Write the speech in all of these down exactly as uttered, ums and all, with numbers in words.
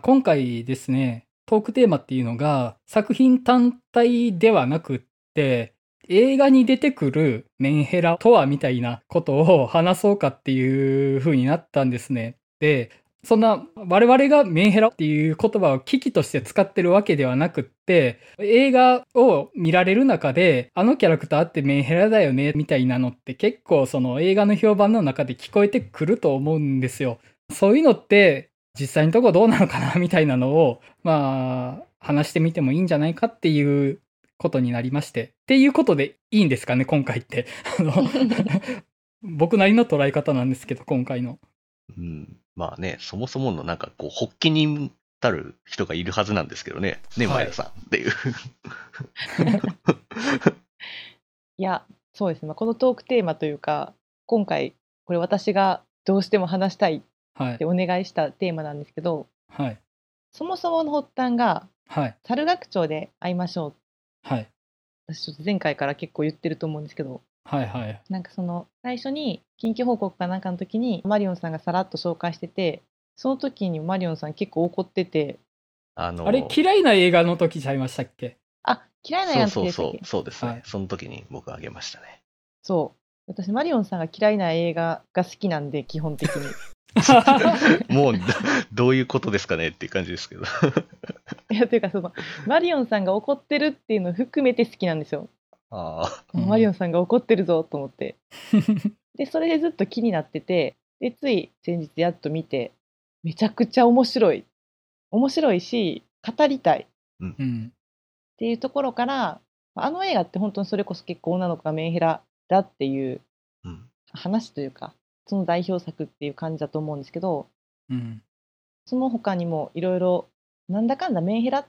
今回ですね、トークテーマっていうのが作品単体ではなくって、映画に出てくるメンヘラとはみたいなことを話そうかっていう風になったんですね。で、そんな我々がメンヘラっていう言葉を危機として使ってるわけではなくって、映画を見られる中で、あのキャラクターってメンヘラだよねみたいなのって結構その映画の評判の中で聞こえてくると思うんですよ。そういうのって実際のとこどうなのかなみたいなのを、まあ、話してみてもいいんじゃないかっていうことになりまして。っていうことでいいんですかね、今回って。あの僕なりの捉え方なんですけど、今回の。 うん、まあね、そもそものなんかこう、発起人たる人がいるはずなんですけどね。ね、 はい前田さんっていう。 いや、そうですね。まあ、このトークテーマというか、今回、これ私がどうしても話したいっはいて。お願いしたテーマなんですけど、 はい。 そもそもの発端が、 はい。 猿楽町で会いましょう。 はい。 私ちょっと前回から結構言ってると思うんですけど、 はい。はい。 なんかその最初に緊急報告かなんかの時にマリオンさんがさらっと紹介してて、その時にマリオンさん結構怒ってて、 あのあれ、嫌いな映画の時ちゃいましたっけ？ あ、嫌いな映画の時でしたっけ？ そうそうそう、そうですね。 はいその時に僕あげましたね。 そう。私マリオンさんが嫌いな映画が好きなんで、基本的に。 もう、どういうことですかねっていう感じですけど。 いやというか、そのマリオンさんが怒ってるっていうのを含めて好きなんですよ。 ああ、 うんマリオンさんが怒ってるぞと思って。で、それでずっと気になってて、で、つい先日やっと見て、めちゃくちゃ面白い。面白いし、語りたいっうん。 ていうところから、あの映画って本当にそれこそ結構女の子がメンヘラだっていううん。 話というか、その代表作っていう感じだと思うんですけど、 うん。 その他にもいろいろ、なんだかんだメンヘラって、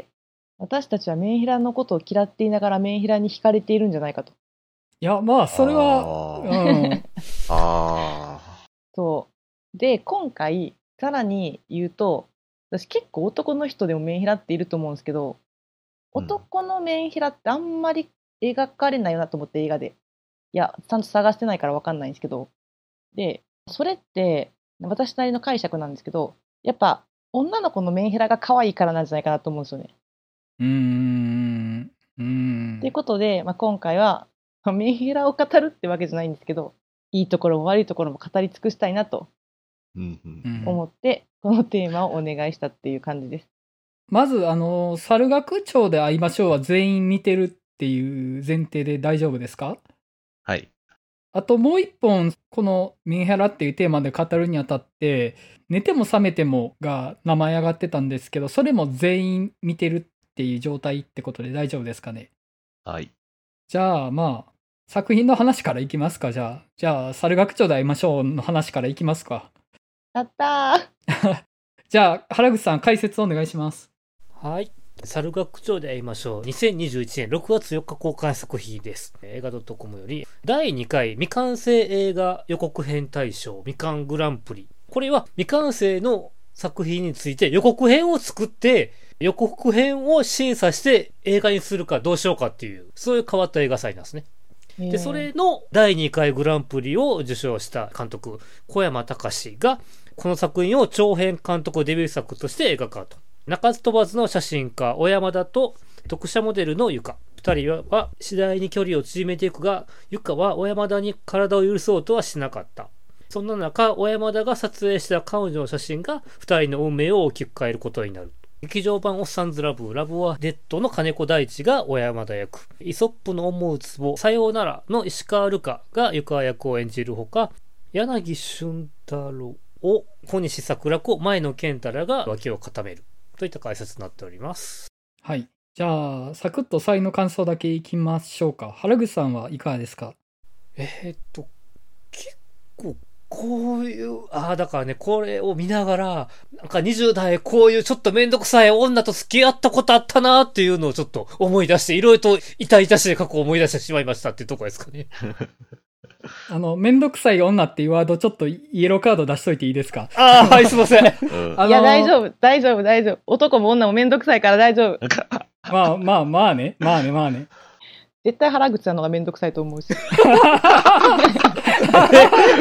私たちはメンヘラのことを嫌っていながらメンヘラに惹かれているんじゃないかと。 いや、まあ、それは、 あうん。 ああ。 そう。で、今回、さらに言うと、私結構男の人でもメンヘラっていると思うんですけど、 うん男のメンヘラってあんまり描かれないよなと思って映画で。いや、ちゃんと探してないから分かんないんですけど。で、それって私なりの解釈なんですけど、やっぱ女の子のメンヘラが可愛いからなんじゃないかなと思うんですよね。 うーん。うーん。 ということで、まあ、今回はまあメンヘラを語るってわけじゃないんですけど、いいところも悪いところも語り尽くしたいなとうんうんうん思って、このテーマをお願いしたっていう感じです。 まず、あの、猿楽町で会いましょうは全員見てるっていう前提で大丈夫ですか？ はい。 あともう一本、このメンヘラっていうテーマで語るにあたって、寝ても覚めてもが名前上がってたんですけど、それも全員見てるっていう状態ってことで大丈夫ですかね？ はい。 じゃあ、まあ、作品の話からいきますか、じゃあ。じゃあ、猿楽町で会いましょうの話からいきますか。 やったーじゃあ、原口さん、解説お願いします。 はい。猿楽町で会いましょう。にせんにじゅういちねんろくがつよっか公開作品です。映画 .com よりだいにかい未完成映画予告編大賞未完グランプリ。これは未完成の作品について予告編を作って予告編を審査して映画にするかどうしようかっていう、そういう変わった映画祭なんですね。で、それのだいにかいグランプリを受賞した監督、小山隆がこの作品を長編監督デビュー作として描かと。鳴かず飛ばずの写真家小山田と読者モデルのゆか、二人は次第に距離を縮めていくが、ゆかは小山田に体を許そうとはしなかった。そんな中、小山田が撮影した彼女の写真が二人の運命を大きく変えることになる。劇場版おっさんずラブラブはデッドの金子大地が小山田役、イソップの思うツボさようならの石川瑠香がゆか役を演じるほか、柳俊太郎を小西桜子、前野健太らが脇を固めるといった解説になっております。 はい。じゃあ、サクッと才の感想だけいきましょうか。原口さんはいかがですか？ えー、っと、結構こういう、ああ、だからね、これを見ながら、なんかにじゅう代こういうちょっとめんどくさい女と付き合ったことあったなっていうのをちょっと思い出して、いろいろと痛々しい過去を思い出してしまいましたっていうところですかね。 あの、めんどくさい女っていうワードちょっとイエローカード出しといていいですか？ ああ、はい、すいません。 うんあのーいや、大丈夫、大丈夫、大丈夫。男も女もめんどくさいから大丈夫。 まあまあまあね、まあね、まあね。 絶対原口さんの方がめんどくさいと思うし。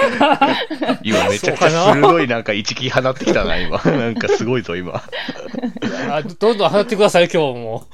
今めちゃくちゃ鋭いなんか一撃放ってきたな、今。なんかすごいぞ、今。 あどんどん放ってください、今日も。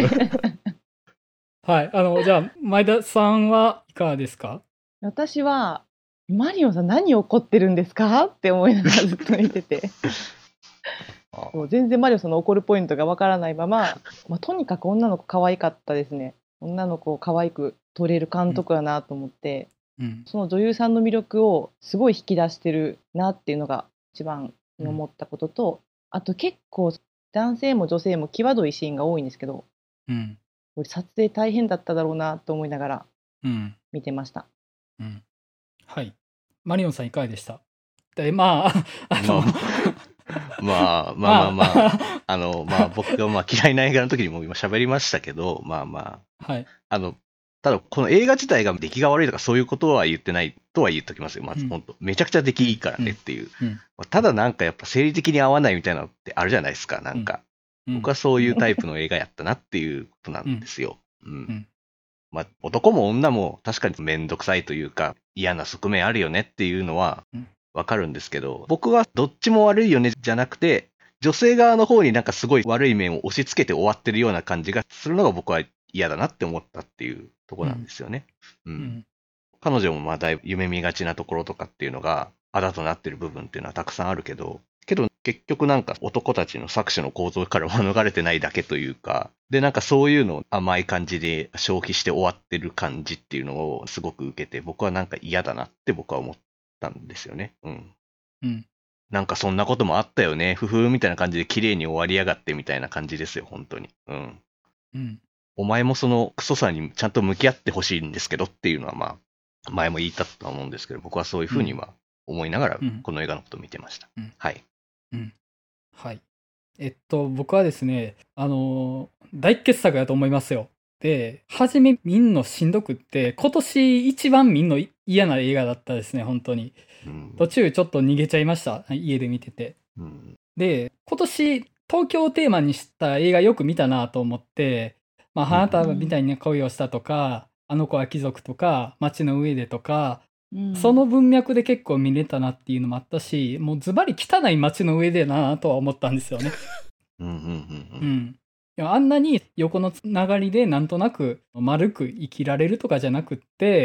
はい。あの、じゃあ、前田さんはいかがですか？ 私は、マリオンさん何怒ってるんですかって思いながらずっと見てて。もう全然マリオンさんの怒るポイントがわからないまま、まあ、とにかく女の子可愛かったですね。女の子を可愛く撮れる監督やなと思って、 うん。 その女優さんの魅力をすごい引き出してるなっていうのが一番に思ったことと、あと結構男性も女性も際どいシーンが多いんですけど、 うん。 これ撮影大変だっただろうなと思いながらうん。 見てました。 うん。はい。マリオンさんいかがでした？で、まあ、あの、 まあ、まあまあまあ、あの、まあ僕がまあ嫌いな映画の時にも今喋りましたけど、まあまあ、 はい。 あの、ただこの映画自体が出来が悪いとかそういうことは言ってないとは言っときますよ。まず、 うん本当めちゃくちゃ出来いいからねっていう。 うん。 ただなんかやっぱ生理的に合わないみたいなのってあるじゃないですか、なんか。 うん、 僕はそういうタイプの映画やったなっていうことなんですよ。うん。 んまあ、男も女も確かにめんどくさいというか嫌な側面あるよねっていうのはうんわかるんですけど、僕はどっちも悪いよねじゃなくて、女性側の方になんかすごい悪い面を押し付けて終わってるような感じがするのが僕は嫌だなって思ったっていうところなんですよね。うん。 うん彼女もまあだいぶ夢見がちなところとかっていうのがあだとなってる部分っていうのはたくさんあるけど、けど結局なんか男たちの搾取の構造から免れてないだけというか、でなんかそういうのを甘い感じで消費して終わってる感じっていうのをすごく受けて、僕はなんか嫌だなって僕は思ったんですよね。うん。 うんなんかそんなこともあったよね、ふふみたいな感じで綺麗に終わりやがってみたいな感じですよ、本当に。うん。 うんお前もそのクソさにちゃんと向き合ってほしいんですけどっていうのはまあ、前も言いたとは思うんですけど、僕はそういうふうには思いながらうんこの映画のことを見てました。 うんはい。 うんはい。えっと、僕はですね、あのー大傑作だと思いますよ。で、初め見んのしんどくって、今年一番見んの嫌な映画だったですね、本当に。 うん途中ちょっと逃げちゃいました。家で見てて。 うんで、今年東京をテーマにした映画よく見たなと思って、まあ、 うん花束みたいに恋をしたとか、あの子は貴族とか、街の上でとか、 うんその文脈で結構見れたなっていうのもあったし、もうズバリ汚い街の上でなとは思ったんですよね。 うんうんうんううんん。でもあんなに横のつながりでなんとなく丸く生きられるとかじゃなくって、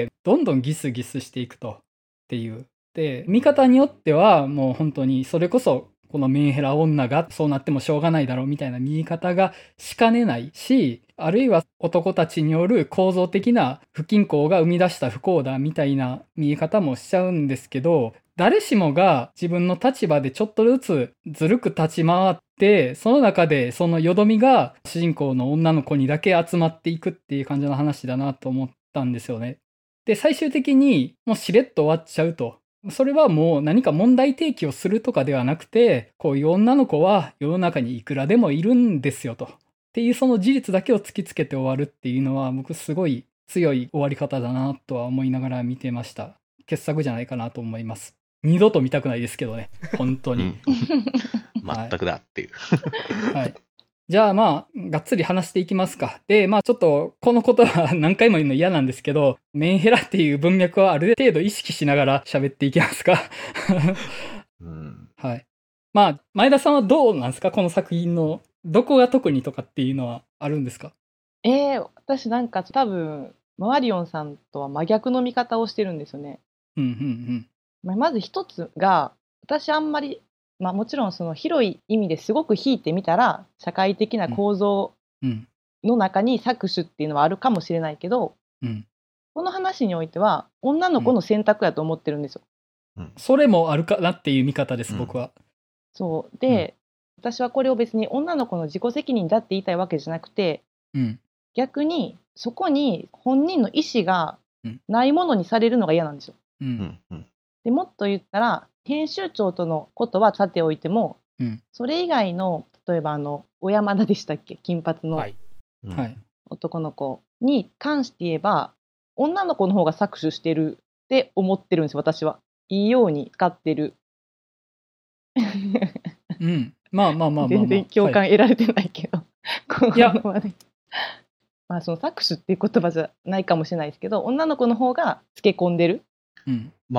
どんどんギスギスしていくとっていう。で、見方によってはもう本当にそれこそこのメンヘラ女がそうなってもしょうがないだろうみたいな見え方がしかねないし、あるいは男たちによる構造的な不均衡が生み出した不幸だみたいな見え方もしちゃうんですけど、誰しもが自分の立場でちょっとずつずるく立ち回って、その中でそのよどみが主人公の女の子にだけ集まっていくっていう感じの話だなと思ったんですよね。で、最終的にもうしれっと終わっちゃうと。それはもう何か問題提起をするとかではなくて、こういう女の子は世の中にいくらでもいるんですよと。っていうその事実だけを突きつけて終わるっていうのは僕すごい強い終わり方だなとは思いながら見てました。傑作じゃないかなと思います。二度と見たくないですけどね。本当に。 うん。全くだっていう。 はい。じゃあまあ、がっつり話していきますか。で、まあちょっと、このことは何回も言うの嫌なんですけど、メンヘラっていう文脈はある程度意識しながら喋っていきますか。 うん。 はい。まあ、前田さんはどうなんですか？この作品の、どこが特にとかっていうのはあるんですか？ えー、私なんか多分マリオンさんとは真逆の見方をしてるんですよね。 うんうんまあまず一つが、私あんまり、まあ、もちろんその広い意味ですごく引いてみたら社会的な構造うん。うん。 の中に搾取っていうのはあるかもしれないけど、 うん。 この話においては女の子の選択やと思ってるんですよ。 それもあるかなっていう見方です、 うん僕は。 そうで、私はこれを別に女の子の自己責任だって言いたいわけじゃなくて、 うん。 逆にそこに本人の意思がうんないものにされるのが嫌なんですよ。 う。 うんんうんでもっと言ったら編集長とのことはさておいても、 うん。 それ以外の例えばあの小山田でしたっけ、金髪のはい。 うんはい。 男の子に関して言えば、女の子の方が搾取してるって思ってるんです私は。いいように使ってる。 うん。まあまあまあまあ、まあ。 全然共感はい得られてないけど、こいやの場でまあその搾取っていう言葉じゃないかもしれないですけど、女の子の方がつけ込んでる。 うん。 まあ、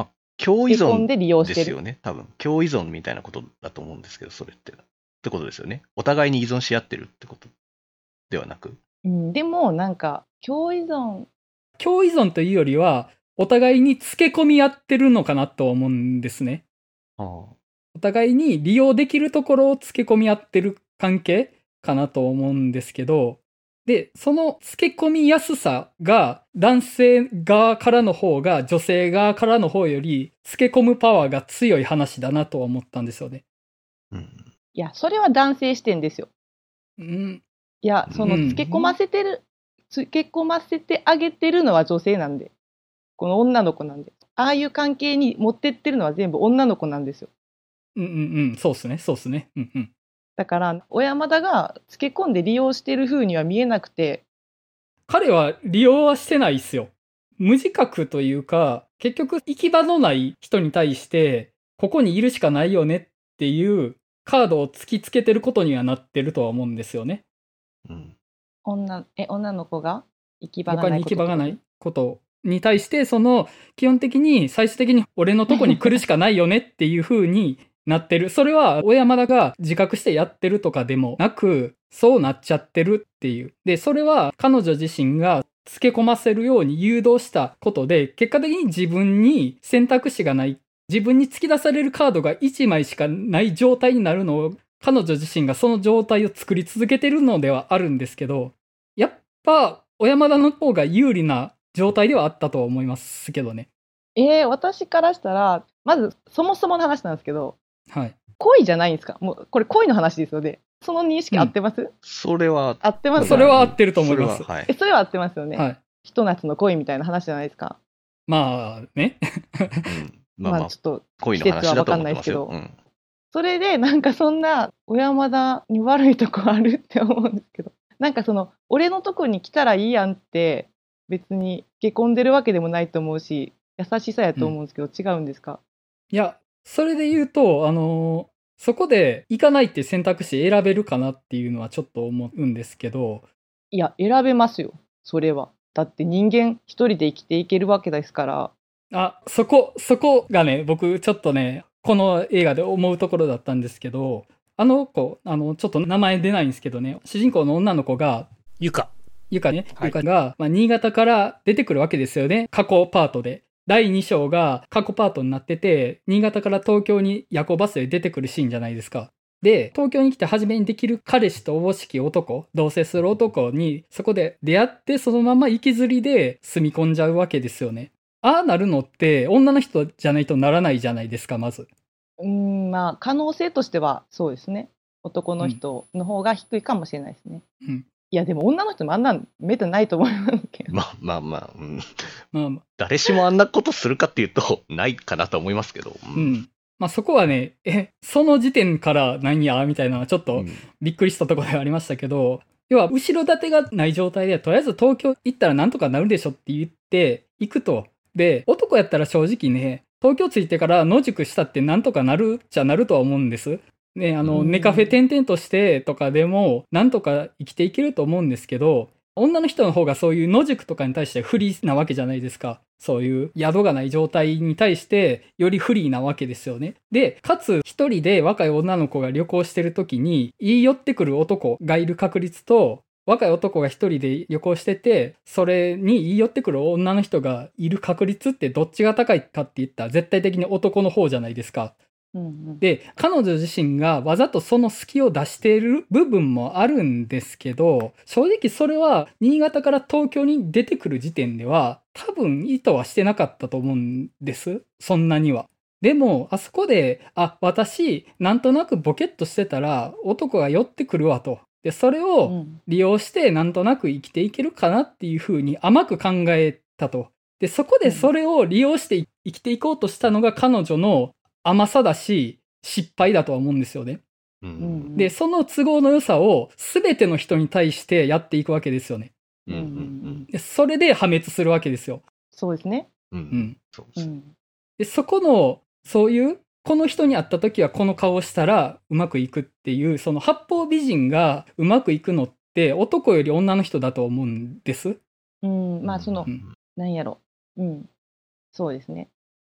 共依つけ込ん存で利用してる。 ですよね、多分。共依存みたいなことだと思うんですけど、それって。ってことですよね。お互いに依存し合ってるってことではなく。 うん、でもなんか共依存、 共依存というよりは、お互いにつけ込み合ってるのかなと思うんですね。 あお互いに利用できるところをつけ込み合ってる関係かなと思うんですけど、で、そのつけ込みやすさが男性側からの方が女性側からの方よりつけ込むパワーが強い話だなとは思ったんですよね。 うん、 いやそれは男性視点ですよ。 うん、 いやそのつけ込ませてる、つけ込ませてあげてるのは女性なんで、この女の子なんで、ああいう関係に持ってってるのは全部女の子なんですよ。 うんうんうん、そうっすね、そうっすね。うんうん。 だから小山田がつけ込んで利用してる風には見えなくて、 彼は利用はしてないっすよ。無自覚というか、結局行き場のない人に対して、ここにいるしかないよねっていうカードを突きつけてることにはなってるとは思うんですよね。 うん、 女え女の子が行き場が他にないこと行き場がないことに対して、その基本的に最終的に俺のとこに来るしかないよねっていう風になってる。それは小山田が自覚してやってるとかでもなく、そうなっちゃってるっていう。で、それは彼女自身がつけ込ませるように誘導したことで、結果的に自分に選択肢がない、自分に突き出されるカードがいちまいしかない状態になるのを、彼女自身がその状態を作り続けてるのではあるんですけど、やっぱ小山田の方が有利な状態ではあったとは思いますけどね。 えー、私からしたらまずそもそもの話なんですけど、 はい。 恋じゃないんですか？もうこれ恋の話ですよね。その認識合ってます？ それは、 合ってますそれは合ってると思います。 それは、はいえそれは合ってますよね。 はい。 ひと夏の恋みたいな話じゃないですか。 まあね。 うん、まあまあ、 ちょっと恋の話だと思ってますよ。うん、 それでなんかそんな小山田に悪いとこあるって思うんですけど、なんかその俺のとこに来たらいいやんって別に結婚でるわけでもないと思うし、優しさやと思うんですけど、違うんですか？ いや、それで言うと、あのーそこで行かないって選択肢選べるかなっていうのはちょっと思うんですけど、 いや選べますよ、それは。だって人間一人で生きていけるわけですから。 あ、そこ、そこがね、僕ちょっとね、この映画で思うところだったんですけど、あの子、あの、ちょっと名前出ないんですけどね、主人公の女の子が、 ゆか。 ゆかね、 はいゆかが、まあ、新潟から出てくるわけですよね、過去パートで。だいに章が過去パートになってて、新潟から東京に夜行バスで出てくるシーンじゃないですか。で、東京に来て初めにできる彼氏とおぼしき男、同棲する男に、そこで出会って、そのまま行きずりで住み込んじゃうわけですよね。ああなるのって、女の人じゃないとならないじゃないですか、まず。 うーんまあ可能性としてはそうですね。男の人の方が低いかもしれないですね。 うん。 いやでも女の人もあんなんめったにないと思いますけど。 まあまあまあ、うん、 まあまあ、 誰しもあんなことするかっていうと、ないかなと思いますけど。 う。ん。まあそこはね、え、その時点からなんやみたいなのはちょっとうんびっくりしたところではありましたけど、要は後ろ盾がない状態で、とりあえず東京行ったらなんとかなるでしょって言って行くと。で、男やったら正直ね、東京着いてから野宿したってなんとかなるじゃなるとは思うんです。ね、あの、 うんネカフェ転々としてとかでもなんとか生きていけると思うんですけど、女の人の方がそういう野宿とかに対して不利なわけじゃないですか。そういう宿がない状態に対してより不利なわけですよね。で、かつ一人で若い女の子が旅行してる時に言い寄ってくる男がいる確率と、若い男が一人で旅行してて、それに言い寄ってくる女の人がいる確率ってどっちが高いかって言ったら絶対的に男の方じゃないですか。 うんうん、 で、彼女自身がわざとその隙を出している部分もあるんですけど、正直それは新潟から東京に出てくる時点では多分意図はしてなかったと思うんです。そんなには。でも、あそこで、あ、私、なんとなくボケっとしてたら男が寄ってくるわと。で、それうをん利用してなんとなく生きていけるかなっていうふうに甘く考えたと。で、そこでそれを利用して生きていこうとしたのが彼女の甘さだし、失敗だとは思うんですよね。 うんうんで、その都合の良さを全ての人に対してやっていくわけですよね。 うんうんうんで、それで破滅するわけですよ。 そうですね。 うんうん。 そうですうんで、そこの、そういう、この人に会った時はこの顔をしたらうまくいくっていう、その八方美人がうまくいくのって男より女の人だと思うんです。 うん、まあその、 うんなんやろ、うん、そうですね。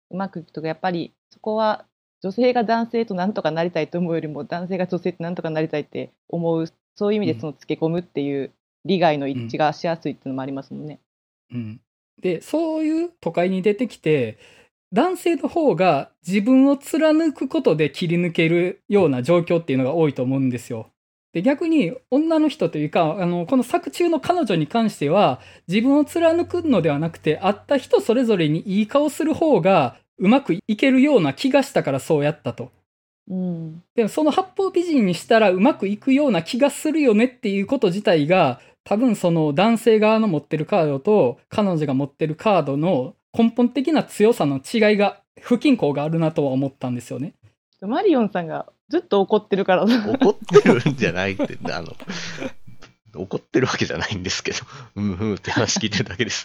うまくいくとか、やっぱりそこは女性が男性となんとかなりたいと思うよりも、男性が女性となんとかなりたいって思う、そういう意味でそのつけ込むっていう利害の一致がしやすいっていうのもありますもんね。 うん、でそういう都会に出てきて、男性の方が自分を貫くことで切り抜けるような状況っていうのが多いと思うんですよ。で逆に女の人というか、あのこの作中の彼女に関しては、自分を貫くのではなくて、会った人それぞれにいい顔する方がうまくいけるような気がしたからそうやったと。 うん、 でもその八方美人にしたらうまくいくような気がするよねっていうこと自体が、多分その男性側の持ってるカードと彼女が持ってるカードの根本的な強さの違いが、不均衡があるなとは思ったんですよね。 マリオンさんがずっと怒ってるから。 怒ってるんじゃないって、あの、怒ってるわけじゃないんですけど、うんうんって話聞いてるだけです。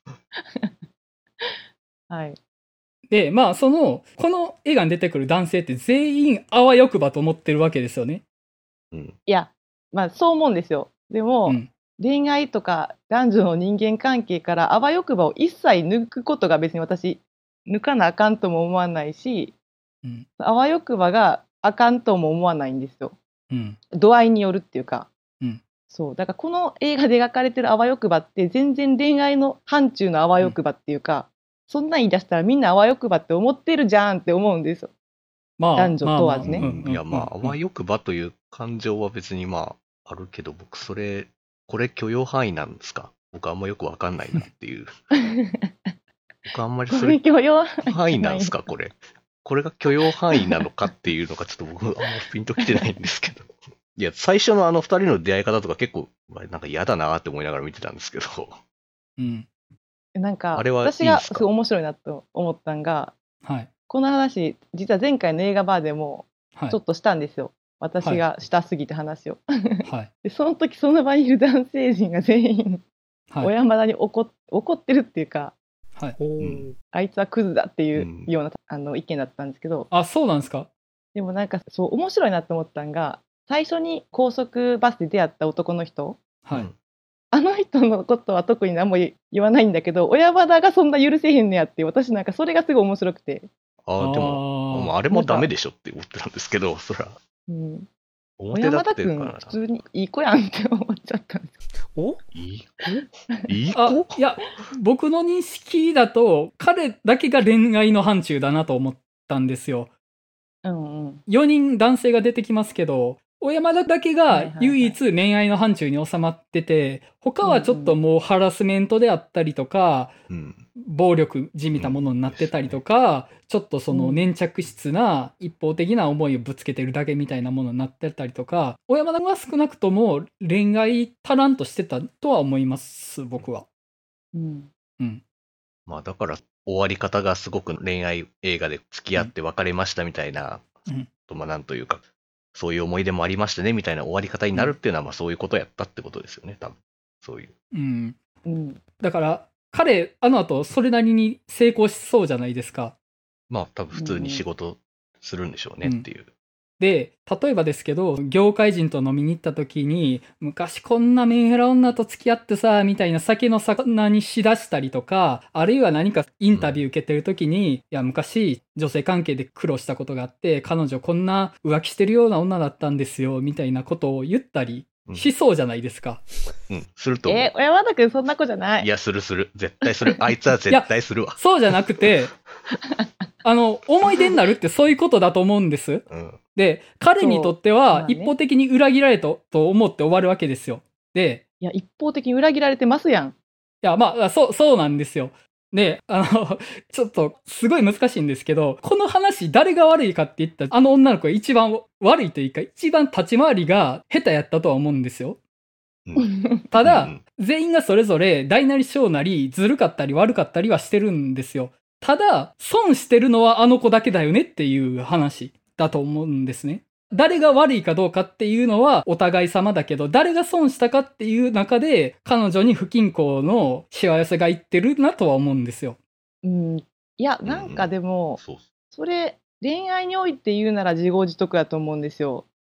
はい。 で、まあその、この映画に出てくる男性って全員あわよくばと思ってるわけですよね。 うん、 いや、まあそう思うんですよ。でも、うん、恋愛とか男女の人間関係からあわよくばを一切抜くことが別に私抜かなあかんとも思わないし、うん、あわよくばがあかんとも思わないんですよ、うん、度合いによるっていうか、うん、そうだからこの映画で描かれてるあわよくばって全然恋愛の範疇のあわよくばっていうか、うん、そんなん言い出したらみんなあわよくばって思ってるじゃんって思うんですよ、まあ、男女問わずね、 まあまあうん、いやまああわよくばという感情は別にまああるけど、僕それこれ許容範囲なんですか？僕あんまよくわかんないなっていう僕あんまりそれ許容範囲なんですか？これこれが許容範囲なのかっていうのがちょっと僕あんまピンときてないんですけどいや最初のあの二人の出会い方とか結構なんか嫌だなって思いながら見てたんですけど、 うん、なんかあれはいいですか？私がすごい面白いなと思ったんが、はい、この話実は前回の映画バーでもちょっとしたんですよ、はい、私がしたすぎて話を、はい、でその時その場にいる男性陣が全員、はい、小山田に怒、怒ってるっていうか、はい、あいつはクズだっていうような、うん、あの意見だったんですけど、 あ、そうなんですか？ でもなんかそう面白いなと思ったんが、最初に高速バスで出会った男の人、はい、あの人のことは特に何も言わないんだけど、小山田がそんな許せへんねやって、私なんかそれがすごい面白くて、 ああでもあれもダメでしょって思ってたんですけど、そら、うん、 小山田君普通にいい子やんって思っちゃったんですけど。 おいい子いい子？ あ、いや僕の認識だと彼だけが恋愛の範疇だなと思ったんですよ、うんうん、よにん男性が出てきますけど、小山田だけが唯一恋愛の範疇に収まってて、他はちょっともうハラスメントであったりとか、うん、暴力じみたものになってたりとか、うんね、ちょっとその粘着質な一方的な思いをぶつけてるだけみたいなものになってたりとか、小山田は少なくとも恋愛足らんとしてたとは思います僕は、 うんうん、 まあだから終わり方がすごく恋愛映画で付き合って別れましたみたいな、うん、とまあなんというかそういう思い出もありましたねみたいな終わり方になるっていうのは、まあそういうことやったってことですよね、多分。そういう。 うんうん、だから彼あの後それなりに成功しそうじゃないですか。 まあ多分普通に仕事するんでしょうねっていう。うん、 で例えばですけど、業界人と飲みに行った時に、昔こんなメンヘラ女と付き合ってさみたいな酒の魚にしだしたりとか、あるいは何かインタビュー受けてる時に、うん、いや昔女性関係で苦労したことがあって、彼女こんな浮気してるような女だったんですよみたいなことを言ったりしそうじゃないですか。 うん、うん、すると思う。 えー、山田くんそんな子じゃない。 いや、するする。絶対する。あいつは絶対するわ。 そうじゃなくて、あの、思い出になるってそういうことだと思うんです。うん、で、彼にとっては一方的に裏切られたと思って終わるわけですよ。で、 いや、一方的に裏切られてますやん。いや、まあ、そう、そうなんですよ。で、あの、ちょっと、すごい難しいんですけど、この話、誰が悪いかって言ったら、あの女の子が一番悪いというか、一番立ち回りが下手やったとは思うんですよ。うん、ただ、うん、全員がそれぞれ大なり小なり、ずるかったり悪かったりはしてるんですよ。ただ、損してるのはあの子だけだよねっていう話だと思うんですね。誰が悪いかどうかっていうのはお互い様だけど、誰が損したかっていう中で彼女に不均衡のしわ寄せがいってるなとは思うんですよ。 うん、いやなんかでも、うん、そ, それ恋愛において言うなら自業自得だと思うんですよ。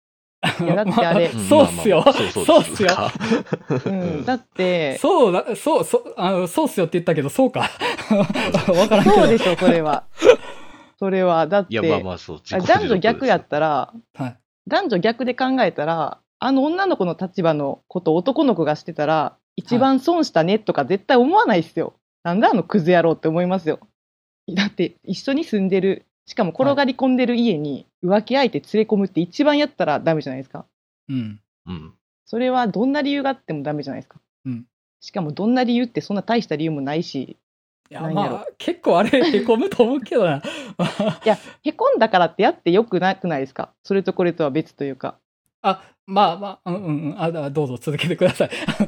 いやだってあれうんそうっすよまあまあそうそうそうっすよかうん、だってそうだ、そう、そう、あの、そうっすよって言ったけど、そうか。わからんけど。 そうでしょそれはそれはだっていや、まあまあそう。自己男女逆やったら。 らはい。 男女逆で考えたらあの女の子の立場のことを男の子がしてたら一番損したねとか絶対思わないですよ。なんだあのクズ野郎って思いますよ。だって一緒に住んでるしかも転がり込んでる家に浮気相手連れ込むって一番やったらダメじゃないですか。 うん。 うん。 それはどんな理由があってもダメじゃないですか。 うん。 しかもどんな理由ってそんな大した理由もないし、 いや、 なんやろまあ、結構あれ、へこむと思うけどな。 いやへこんだからってやってよくなくないですか。それとこれとは別というか。 あ、まあまあ、うんうんうん。あ、だどうぞ続けてください。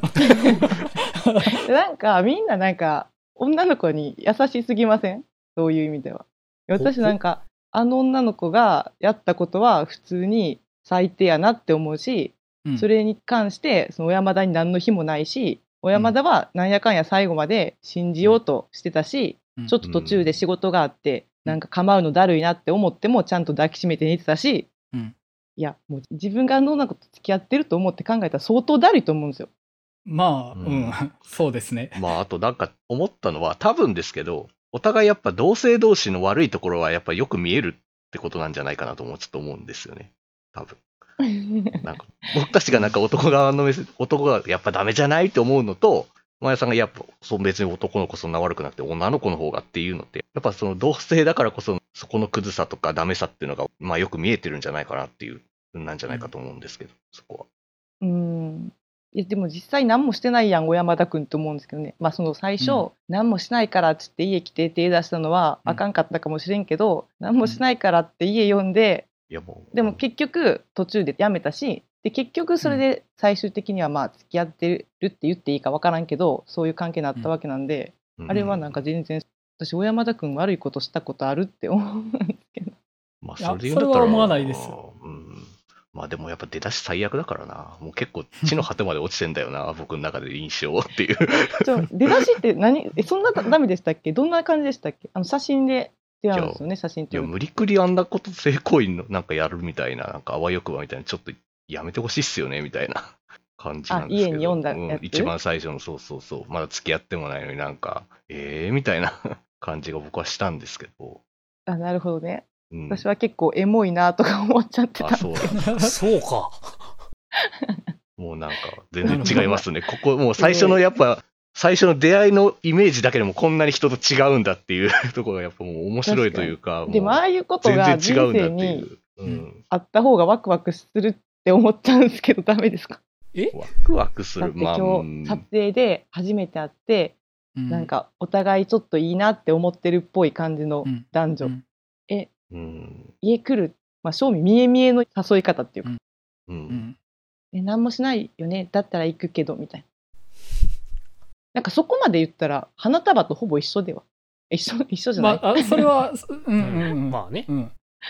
なんかみんななんか女の子に優しすぎません？そういう意味では。私なんかあの女の子がやったことは普通に最低やなって思うし、 うんそれに関してその小山田に何の非もないし、小山田はなんやかんや最後まで信じようとしてたし、 うんちょっと途中で仕事があって、 うんなんか構うのだるいなって思ってもちゃんと抱きしめて寝てたし、 うんいやもう自分があの女の子と付き合ってると思って考えたら相当だるいと思うんですよ。 まあ、ううんん。そうですね。 まあ、あとなんか思ったのは、多分ですけど、お互いやっぱ同性同士の悪いところはやっぱよく見えるってことなんじゃないかなともちょっと思うんですよね。多分。なんか僕たちがなんか男側の目線、男がやっぱダメじゃないって思うのと、マヤさんがやっぱそう別に男の子そんな悪くなくて女の子の方がっていうのって、やっぱその同性だからこそそこのクズさとかダメさっていうのが、まあよく見えてるんじゃないかなっていう、なんじゃないかと思うんですけど、そこは。 うんいやでも実際何もしてないやん小山田君と思うんですけどね。まあその最初、 うん何もしないからっつって家来て手出したのはうんあかんかったかもしれんけど、何もしないからって家呼んで、 いやもう。 でも結局途中で辞めたし、で結局それで最終的にはまあ付き合ってるって言っていいか分からんけどそういう関係になったわけなんで、 うんあれはなんか全然私小山田君悪いことしたことあるって思うんですけど。 まあ、 いやそれで言うんだったら。 それは思わないですうん。まあでもやっぱ出だし最悪だからな。もう結構地の果てまで落ちてんだよな、僕の中で印象っていう。 ちょ出だしって何えそんなダメでしたっけ？どんな感じでしたっけ？あの写真で出会うんですよね、写真っいや、 ていうの。 無理くりあんなこと性行為のなんかやるみたいな、なんかあわよくばみたいな、ちょっとやめてほしいっすよね、みたいな感じなんですけど。 あ家に読んだやつうん、一番最初の、そうそうそう。まだ付き合ってもないのになんか、ええー、みたいな感じが僕はしたんですけど。 あなるほどね。 うん、 私は結構エモいなとか思っちゃってた。 あ、そうなんだ。 そうか。 もうなんか、全然違いますね。ここ、もう最初のやっぱ、最初の出会いのイメージだけでもこんなに人と違うんだっていうところがやっぱもう面白いというか、 でもああいうことが全人然違うんだって生にいう。うん。 あった方がワクワクするって思っちゃうんですけどダメですか？ えワクワクする。 だってまあ、 今うん日撮影で初めて会って、 うんなんかお互いちょっといいなって思ってるっぽい感じのうん男女、 うんえうん。 家来る、まあ、正味見え見えの誘い方っていうか、 う。 うんんえ何もしないよねだったら行くけどみたいな。なんかそこまで言ったら花束とほぼ一緒では一緒一緒じゃない、 まあ、あそれは、うんうんうん。 まあね。 うん。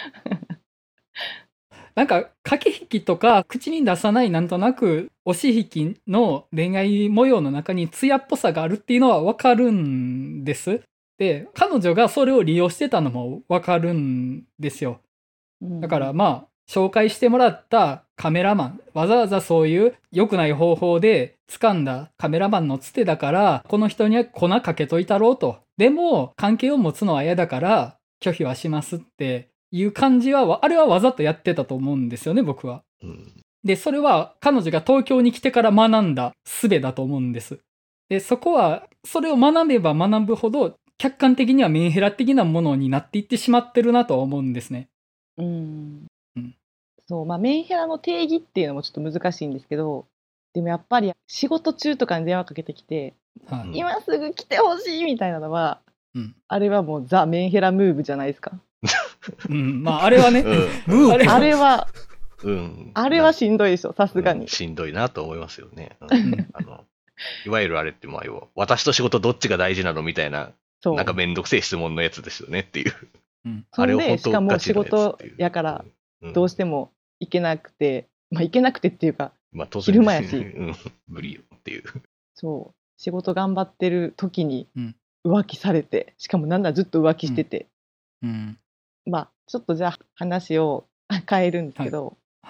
なんか、駆け引きとか、口に出さないなんとなく、押し引きの恋愛模様の中に艶っぽさがあるっていうのはわかるんです。で、彼女がそれを利用してたのもわかるんですよ。 うんだからまあ、紹介してもらったカメラマン、わざわざそういう良くない方法で掴んだカメラマンのつてだから、この人には粉かけといたろうと。でも、関係を持つのは嫌だから、拒否はしますっていう感じは、あれはわざとやってたと思うんですよね、僕は。 うん。 で、それは彼女が東京に来てから学んだ術だと思うんです。で、そこは、それを学べば学ぶほど、客観的にはメンヘラ的なものになっていってしまってるなとは思うんですね。 うんうんそうまあメンヘラの定義っていうのもちょっと難しいんですけど、でもやっぱり仕事中とかに電話かけてきて、 はい。 うん今すぐ来てほしいみたいなのは、 うん。 あれはもうザ・メンヘラムーブじゃないですか。 うん。まあ、あれはね、 うん。 あれあれはうん。 あれはしんどいでしょさすがにうん、しんどいなと思いますよね。うんんあのいわゆるあれって、まあ、要は私と仕事どっちが大事なのみたいな、 そうなんかめんどくせえ質問のやつですよねっていう。 うん。 そんであれを本当しかも仕ガチなやつ事っていうやからうんどうしても行けなくて、まあ行けなくてっていうかまあ、当然昼間やしうん、無理よっていう。 そう仕事頑張ってる時にうん浮気されて、しかもなんならずっと浮気してて、 うん。 まあちょっとじゃあ話を変えるんですけど、 はい。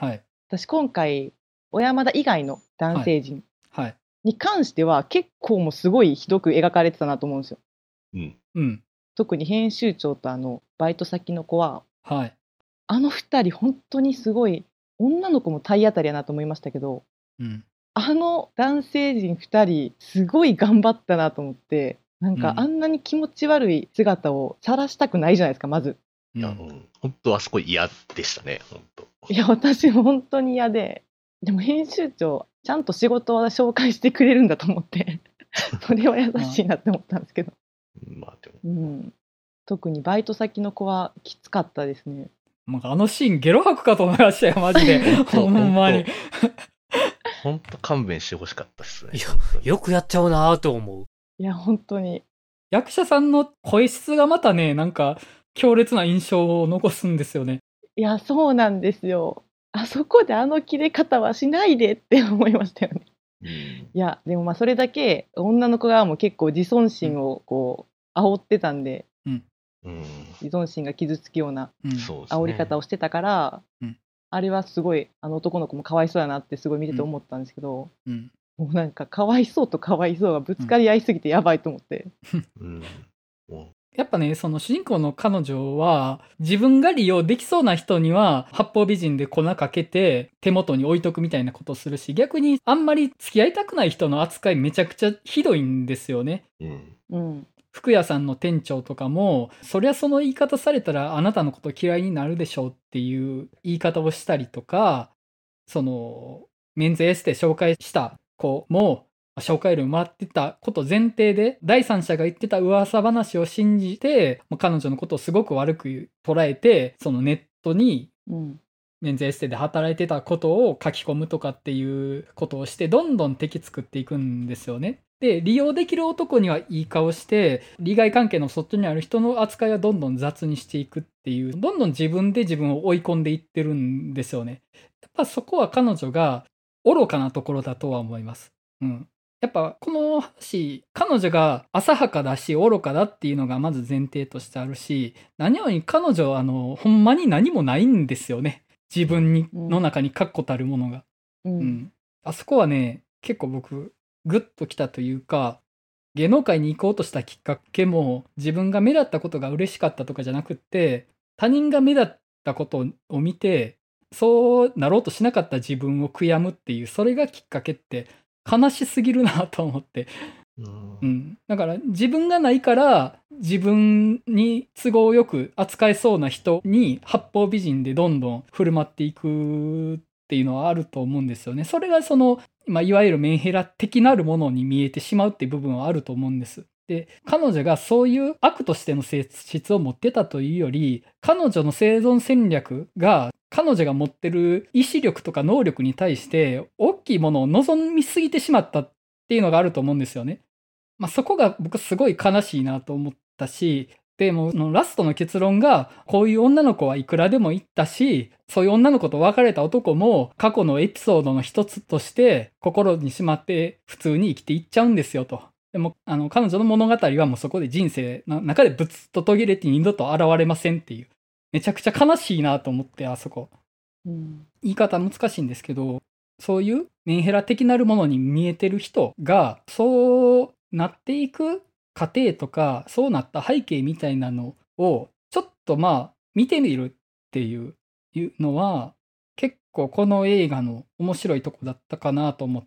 私今回小山田以外の男性陣はい。 に関しては結構もうすごいひどく描かれてたなと思うんですよ。 うん。 うん。 特に編集長とあのバイト先の子ははい。 あの二人本当にすごい、女の子も体当たりやなと思いましたけど、 うん。 あの男性陣二人すごい頑張ったなと思って、なんうんかあんなに気持ち悪い姿を晒したくないじゃないですか、まず。 いや、うん。本当あそこ嫌でしたね、本当。 いや私も本当に嫌で、でも編集長ちゃんと仕事を紹介してくれるんだと思ってそれは優しいなって思ったんですけど、 まあでも。 うん、特にバイト先の子はきつかったですね。 なんかあのシーンゲロ吐くかと思いましたよ、マジで。ほんまに。 本当勘弁してほしかったですね。 いや本当によくやっちゃうなーと思う。 いや本当に役者さんの声質がまたね、なんか強烈な印象を残すんですよね。 いやそうなんですよ。あそこであの切れ方はしないでって思いましたよね。 うん。 いやでもまあそれだけ女の子側も結構自尊心をこう煽ってたんで、 うん。 自尊心が傷つくようなうん。 そうですね。 煽り方をしてたから、 うんあれはすごいあの男の子もかわいそうやなってすごい見てて思ったんですけど、 うん。 もうなんかかわいそうとかわいそうがぶつかり合いすぎてやばいと思って、 うん。もやっぱね、その主人公の彼女は、自分が利用できそうな人には、八方美人で粉かけて、手元に置いとくみたいなことをするし、逆にあんまり付き合いたくない人の扱いめちゃくちゃひどいんですよね。 う、うん。 うん服屋さんの店長とかも、そりゃその言い方されたらあなたのこと嫌いになるでしょうっていう言い方をしたりとか、その、メンズエステ紹介した子も、紹介料もらってたこと前提で、第三者が言ってた噂話を信じて、彼女のことをすごく悪く捉えて、そのネットにうんメンズエステで働いてたことを書き込むとかっていうことをして、どんどん敵作っていくんですよね。で、利用できる男にはいい顔して、利害関係の外にある人の扱いはどんどん雑にしていくっていう、どんどん自分で自分を追い込んでいってるんですよね。やっぱそこは彼女が愚かなところだとは思います。うん。やっぱこの話、彼女が浅はかだし愚かだっていうのがまず前提としてあるし、何より彼女はあの、ほんまに何もないんですよね。自分に、の中に確固たるものが。 うんうん。あそこはね、結構僕、グッときたというか、芸能界に行こうとしたきっかけも、自分が目立ったことが嬉しかったとかじゃなくって、他人が目立ったことを見て、そうなろうとしなかった自分を悔やむっていう、それがきっかけって悲しすぎるなと思って。 うんうん。だから自分がないから自分に都合よく扱えそうな人に八方美人でどんどん振る舞っていくっていうのはあると思うんですよね。それがその、まあ、いわゆるメンヘラ的なるものに見えてしまうっていう部分はあると思うんです。で、彼女がそういう悪としての性質を持ってたというより、彼女の生存戦略が彼女が持ってる意志力とか能力に対して大きいものを望みすぎてしまったっていうのがあると思うんですよね。まあ、そこが僕すごい悲しいなと思ったし、でもラストの結論がこういう女の子はいくらでもいったし、そういう女の子と別れた男も過去のエピソードの一つとして心にしまって普通に生きていっちゃうんですよと。でもあの彼女の物語はもうそこで人生の中でブツッと途切れて二度と現れませんっていう。めちゃくちゃ悲しいなと思ってあそこ。 うん言い方難しいんですけど、そういうメンヘラ的なるものに見えてる人がそうなっていく過程とか、そうなった背景みたいなのをちょっとまあ見てみるっていうのは結構この映画の面白いとこだったかなと思って、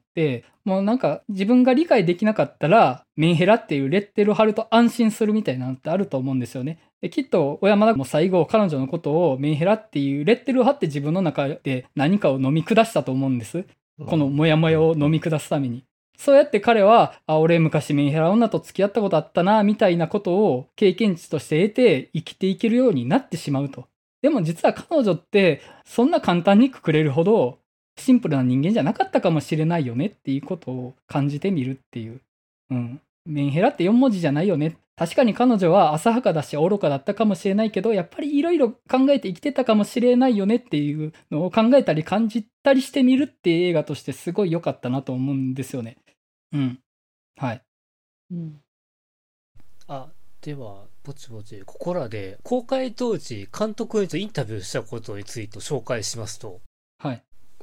もうなんか自分が理解できなかったらメンヘラっていうレッテルを貼ると安心するみたいなのってあると思うんですよね。できっと小山田も最後彼女のことをメンヘラっていうレッテルを貼って自分の中で何かを飲み下したと思うんです。このモヤモヤを飲み下すために。そうやって彼は、あ、俺昔メンヘラ女と付き合ったことあったな、みたいなことを経験値として得て生きていけるようになってしまうと。でも実は彼女ってそんな簡単にくくれるほどシンプルな人間じゃなかったかもしれないよねっていうことを感じてみるっていう。うん。メンヘラってよん文字じゃないよね。確かに彼女は浅はかだし愚かだったかもしれないけど、やっぱりいろいろ考えて生きてたかもしれないよねっていうのを考えたり感じたりしてみるっていう映画としてすごい良かったなと思うんですよね。うん。はい。 うんあ、では、ぼちぼち、ここらで、公開当時、監督にとインタビューしたことについて紹介しますと、 はい。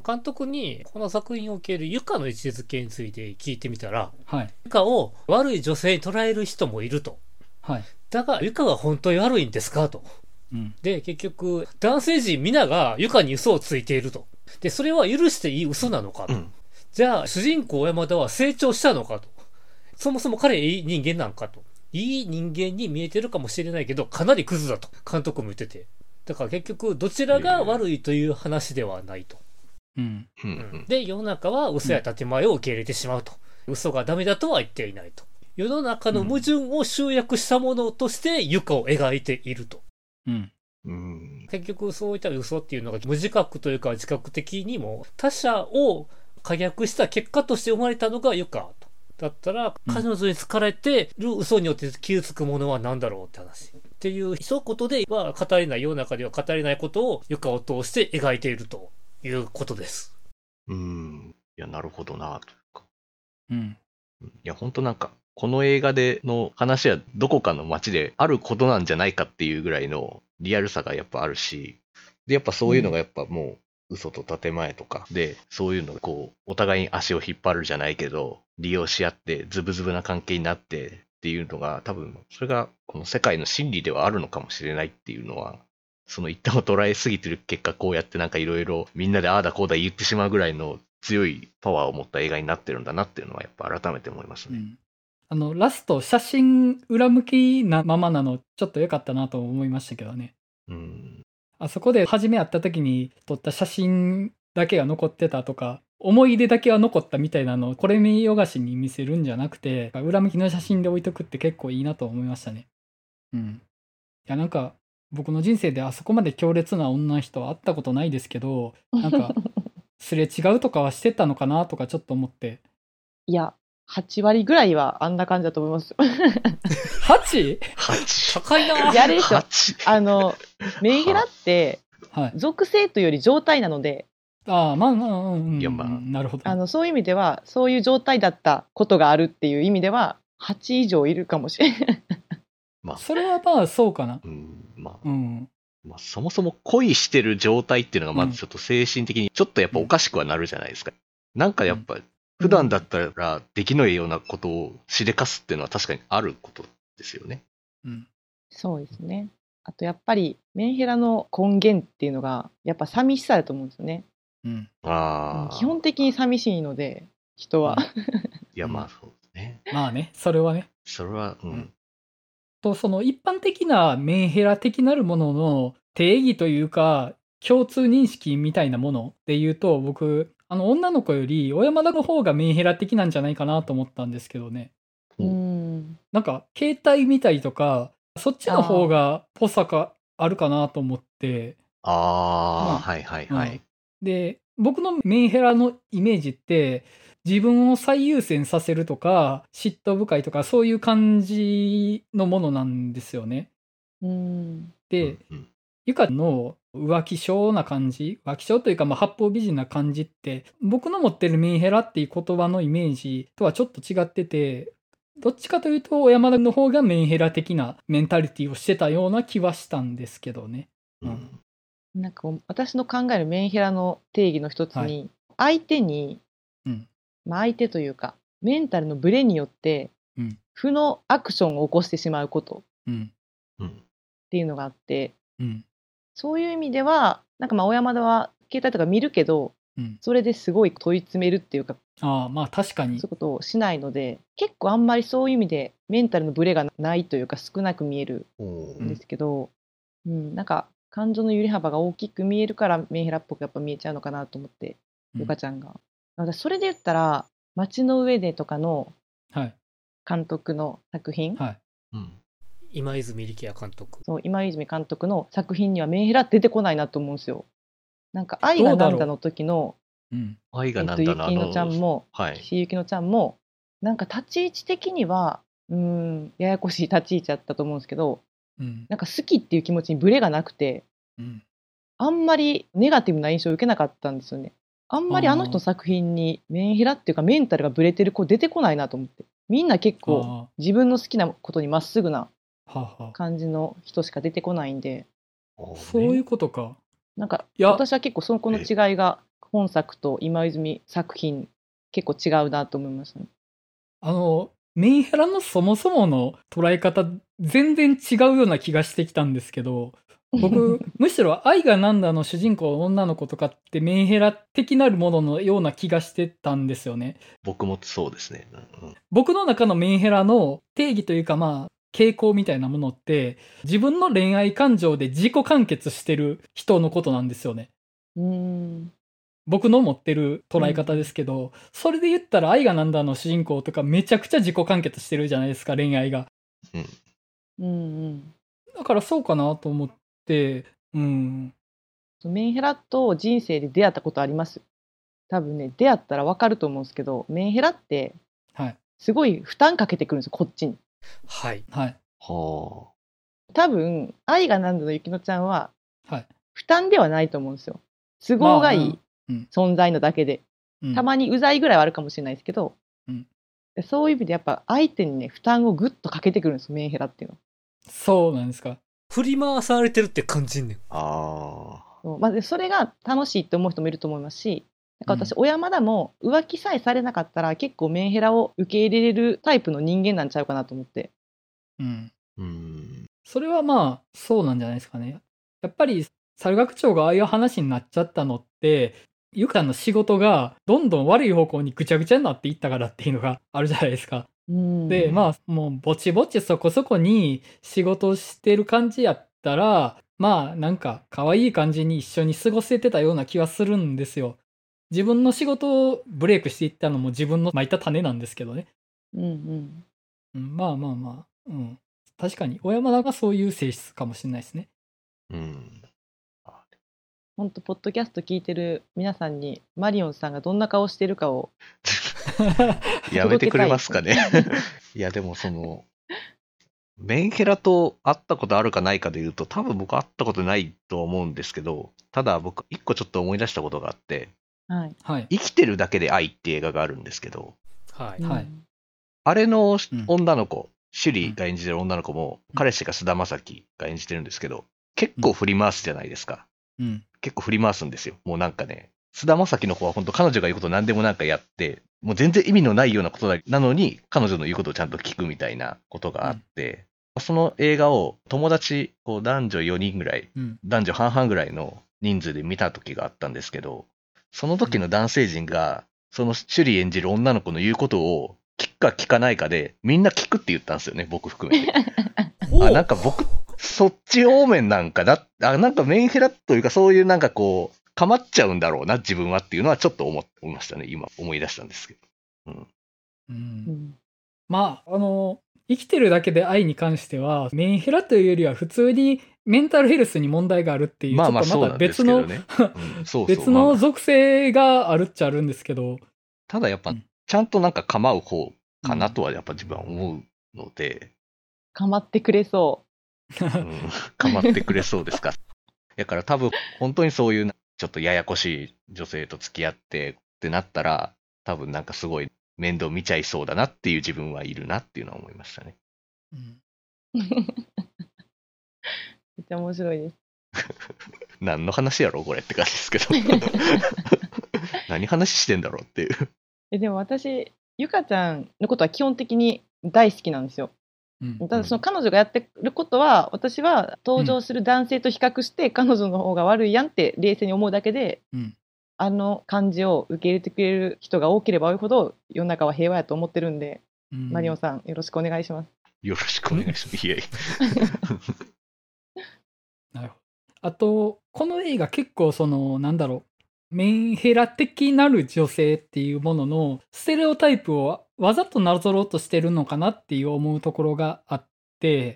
監督にこの作品におけるユカの位置づけについて聞いてみたら、 はい。 ユカを悪い女性に捉える人もいると。 はい。 だが、ユカが本当に悪いんですかと。 うん。 で、結局、男性陣皆がユカに嘘をついていると。で、それは許していい嘘なのかと。 うん。 じゃあ、主人公山田は成長したのかと。そもそも彼いい人間なんかと。いい人間に見えてるかもしれないけど、かなりクズだと監督も言ってて。だから結局、どちらが悪いという話ではないと。 うん。 ううんん、で、世の中は嘘や建前を受け入れてしまうと。嘘がダメだとは言っていないと。世の中の矛盾を集約したものとしてユカを描いていると。 うん。 うん。 結局そういった嘘っていうのが無自覚というか自覚的にも他者を可逆した結果として生まれたのがユカと。だったら彼女に疲れてる嘘によって傷つくものは何だろうって話。っていう一言では語れない、世の中では語れないことをユカを通して描いているということです。 うん。いや、なるほどな、というか。 うん。 いや、本当なんか、この映画での話はどこかの街であることなんじゃないかっていうぐらいのリアルさがやっぱあるし、で、やっぱそういうのがやっぱもう嘘と建前とかで、そういうのがこう、お互いに足を引っ張るじゃないけど、利用し合ってズブズブな関係になってっていうのが多分、それがこの世界の真理ではあるのかもしれないっていうのは、その一端を捉えすぎてる結果、こうやってなんかいろいろみんなでああだこうだ言ってしまうぐらいの強いパワーを持った映画になってるんだなっていうのはやっぱ改めて思いますね。 うんあの、ラスト、写真裏向きなままなの、ちょっと良かったなと思いましたけどね。 うん。 あそこで初め会った時に撮った写真だけが残ってたとか、思い出だけは残ったみたいなのを、これ見よがしに見せるんじゃなくて、裏向きの写真で置いとくって結構いいなと思いましたね。うん。いや、なんか、僕の人生であそこまで強烈な女の人は会ったことないですけど、なんか、すれ違うとかはしてたのかなとかちょっと思って。 いや、はち割ぐらいはあんな感じだと思います。 はち? はち。 高いな。 やあれでしょはち。 あの、メンヘラってはい。 属性というより状態なので、 ああ、まあまあ、うんうん、 いやまあなるほど。 あの、そういう意味では、そういう状態だったことがあるっていう意味では、はち以上いるかもしれない。 まあ、 それはまあそうかな。 うん、まあ、 うん。 まあ、そもそも恋してる状態っていうのがまずちょっと精神的にちょっとやっぱおかしくはなるじゃないですか。なんかやっぱ普段だったらできないようなことをしでかすっていうのは確かにあることですよね。 うん。 そうですね。あとやっぱりメンヘラの根源っていうのがやっぱ寂しさだと思うんですよね。 うん。 ああ。 基本的に寂しいので人は、 いやまあそうですね。 まあね、それはね。 それは、うん。 うんと、その一般的なメンヘラ的なるものの定義というか、共通認識みたいなもので言うと、僕、あの女の子より小山田の方がメンヘラ的なんじゃないかなと思ったんですけどね。 うーん。 なんか、携帯見たりとか、そっちの方がぽさがあるかなと思って、 ああ、 まあはいはいはい。 うんで、僕のメンヘラのイメージって、自分を最優先させるとか、嫉妬深いとか、そういう感じのものなんですよね。 うーん。 で、 うんうんゆかの浮気性な感じ、浮気性というか、まあ、八方美人な感じって、僕の持ってるメンヘラっていう言葉のイメージとはちょっと違ってて、どっちかというと、小山田の方がメンヘラ的なメンタリティをしてたような気はしたんですけどね。 ううんんなんか私の考えるメンヘラの定義の一つに、 は相手に、 うんまあ、相手というかメンタルのブレによってうん負のアクションを起こしてしまうことうんうんっていうのがあって、 うんそういう意味ではなんかまあ小山田は携帯とか見るけどうんそれですごい問い詰めるっていうかああ、まあ確かにそういう。ことをしないので結構あんまりそういう意味でメンタルのブレがないというか少なく見えるおーんですけど、うんなんか感情の揺れ幅が大きく見えるからメンヘラっぽくやっぱ見えちゃうのかなと思ってうんゆかちゃんが。私それで言ったら街の上でとかのはい。 監督の作品、 はい。 うん今泉力也監督。 そう今泉監督の作品にはメンヘラ出てこないなと思うんですよ。なんか愛がなんだの時のうん。 愛がえっとなんだな、 ゆきのちゃんもはい。 岸井ゆきのちゃんもなんか立ち位置的にはうーんややこしい立ち位置だったと思うんですけどうん。 なんか好きっていう気持ちにブレがなくてうん。 あんまりネガティブな印象を受けなかったんですよね。あんまりあの人の作品にメンヘラっていうかメンタルがブレてる子出てこないなと思ってみんな結構あ自分の好きなことにまっすぐなあ、はあは感じの人しか出てこないんでおーあ。そういうことか。 なんかいや私は結構そこの違いが本作と今泉作品結構違うなと思いましたね。 あの、メンヘラのそもそもの捉え方、全然違うような気がしてきたんですけど、僕、むしろ愛がなんだの主人公の女の子とかってメンヘラ的なるもののような気がしてたんですよね。 僕もそうですね。うん、 僕の中のメンヘラの定義というか、まあ、傾向みたいなものって、自分の恋愛感情で自己完結してる人のことなんですよね。 うーん。 僕の持ってる捉え方ですけど、うん、それで言ったら愛がなんだの主人公とかめちゃくちゃ自己完結してるじゃないですか、恋愛が。 うん。 うんうん。 だからそうかなと思って、うん。 メンヘラと人生で出会ったことあります？多分ね、出会ったら分かると思うんですけど、メンヘラってすごい負担かけてくるんですよ、こっちに。 はい。 はい。 はあ。多分愛がなんだのゆきのちゃんは、 はい、 負担ではないと思うんですよ。都合がいい存在のだけで、 まあうん、 たまにうざいぐらいはあるかもしれないですけど、うん、そういう意味でやっぱ相手にね負担をぐっとかけてくるんですよ、メンヘラっていうのは。 そうなんですか。 振り回されてるって感じんねん。 あそう、まあ、それが楽しいって思う人もいると思いますし、なんか私、うん、小山田も浮気さえされなかったら結構メンヘラを受け入れれるタイプの人間なんちゃうかなと思って。 うん。 うん。 それはまあそうなんじゃないですかね。やっぱり猿学長がああいう話になっちゃったのって、ゆかの仕事がどんどん悪い方向にぐちゃぐちゃになっていったからっていうのがあるじゃないですか。 うんで、まあもうぼちぼちそこそこに仕事してる感じやったら、まあなんか可愛い感じに一緒に過ごせてたような気はするんですよ。自分の仕事をブレイクしていったのも自分の蒔いた種なんですけどね。 うんうんうん、まあまあまあ、うん。確かに小山田がそういう性質かもしれないですね。 うん。 本当ポッドキャスト聞いてる皆さんにマリオンさんがどんな顔してるかをやめてくれますかね。いやでもそのメンヘラと会ったことあるかないかで言うと多分僕会ったことないと思うんですけど、ただ僕一個ちょっと思い出したことがあって、 はい、 生きてるだけで愛って映画があるんですけど、 はいはい、 あれの女の子、うん、シュリーが演じてる女の子も、うん、彼氏が菅田将暉が演じてるんですけど、結構振り回すじゃないですか。 うん、 結構振り回すんですよ。もうなんかね、菅田将暉の方は本当彼女が言うこと何でもなんかやって、もう全然意味のないようなことなのに、彼女の言うことをちゃんと聞くみたいなことがあって、うん、その映画を友達、こう男女よにんぐらい、うん、男女半々ぐらいの人数で見た時があったんですけど、その時の男性陣が、そのシュリー演じる女の子の言うことを聞くか聞かないかで、みんな聞くって言ったんですよね、僕含めて。あ、なんか僕、そっち方面なんかな、あ、なんかメンヘラというかそういうなんかこう、かまっちゃうんだろうな、自分はっていうのはちょっと思いましたね、今思い出したんですけど。うん。 うん、まあ、あの、生きてるだけで愛に関しては、メンヘラというよりは普通にメンタルヘルスに問題があるっていう、 まあまあちょっとまた別の、別の属性があるっちゃあるんですけど。 ただやっぱ、ちゃんとなんか構う方かなとはやっぱ自分は思うので。 構ってくれそう。 うん、構ってくれそうですか。だから多分本当にそういうちょっとややこしい女性と付き合ってってなったら、多分なんかすごい面倒見ちゃいそうだなっていう自分はいるなっていうのは思いましたね。 うん、 めっちゃ面白いです。 何の話やろこれって感じですけど。何話してんだろうっていう。 えでも私、ゆかちゃんのことは基本的に大好きなんですよ。うん、ただその彼女がやってることは、私は登場する男性と比較して彼女の方が悪いやんって冷静に思うだけで、うん、あの感じを受け入れてくれる人が多ければ多いほど世の中は平和やと思ってるんで、うん、マリオンさんよろしくお願いします。 よろしくお願いします。いやいや。 なるほど。あとこの映画結構そのなんだろう、メンヘラ的なる女性っていうもののステレオタイプをわざとなぞろうとしてるのかなっていう思うところがあって、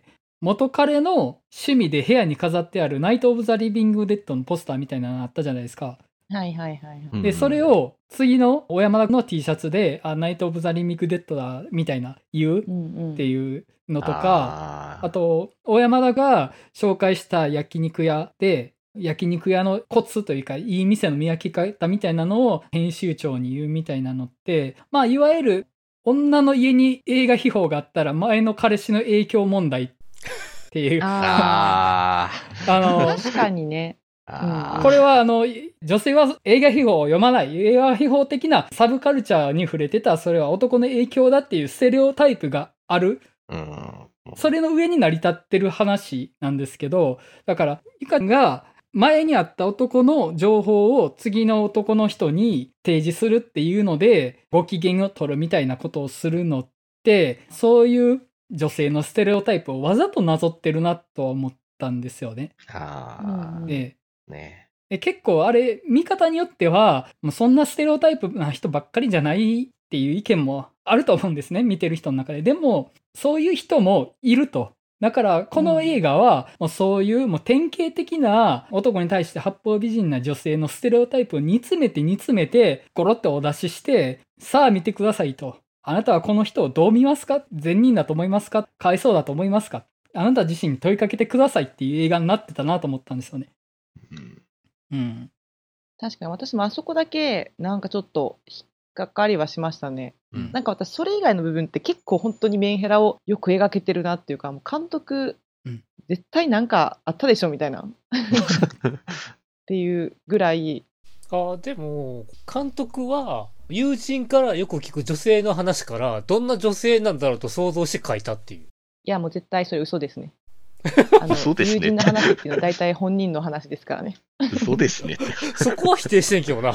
元彼の趣味で部屋に飾ってあるナイト・オブ・ザ・リビング・デッドのポスターみたいなのあったじゃないですか。 はいはいはい、はい。 で、それを次の小山田の T シャツで、あ、ナイト・オブ・ザ・リビング・デッドだみたいな言うっていうのとか、うんうん、あ, あと、小山田が紹介した焼肉屋で、焼肉屋のコツというか、いい店の見分け方みたいなのを編集長に言うみたいなのって、まあ、いわゆる女の家に映画秘宝があったら前の彼氏の影響問題っていう。 ああの確かにね。 あーこれはあの、女性は映画秘宝を読まない、映画秘宝的なサブカルチャーに触れてた、それは男の影響だっていうステレオタイプがある。 うん。 それの上に成り立ってる話なんですけど、だから、ゆかが前にあった男の情報を次の男の人に提示するっていうので、ご機嫌を取るみたいなことをするのって、そういう女性のステレオタイプをわざとなぞってるなとは思ったんですよね。 あうんであ、ね。 で結構あれ、見方によっては、もうそんなステレオタイプな人ばっかりじゃないっていう意見もあると思うんですね。見てる人の中で。でも、そういう人もいると。だから、この映画は、もうそういう、もう典型的な男に対して八方美人な女性のステレオタイプを煮詰めて煮詰めて、ゴロッとお出しして、さあ見てくださいと。あなたはこの人をどう見ますか？善人だと思いますか？かわいそうだと思いますか？あなた自身に問いかけてくださいっていう映画になってたなと思ったんですよね。 うん。 うん。 確かに私もあそこだけなんかちょっと引っかかりはしましたね。 うんなんか私それ以外の部分って結構本当にメンヘラをよく描けてるなっていうか、もう監督、 うん絶対なんかあったでしょみたいなっていうぐらい。 あでも監督は友人からよく聞く女性の話からどんな女性なんだろうと想像して書いたっていう。 いやもう絶対それ嘘ですね。あの嘘ですね友人の話っていうのは大体本人の話ですからね。 そうですね。 そこは否定してんけどな。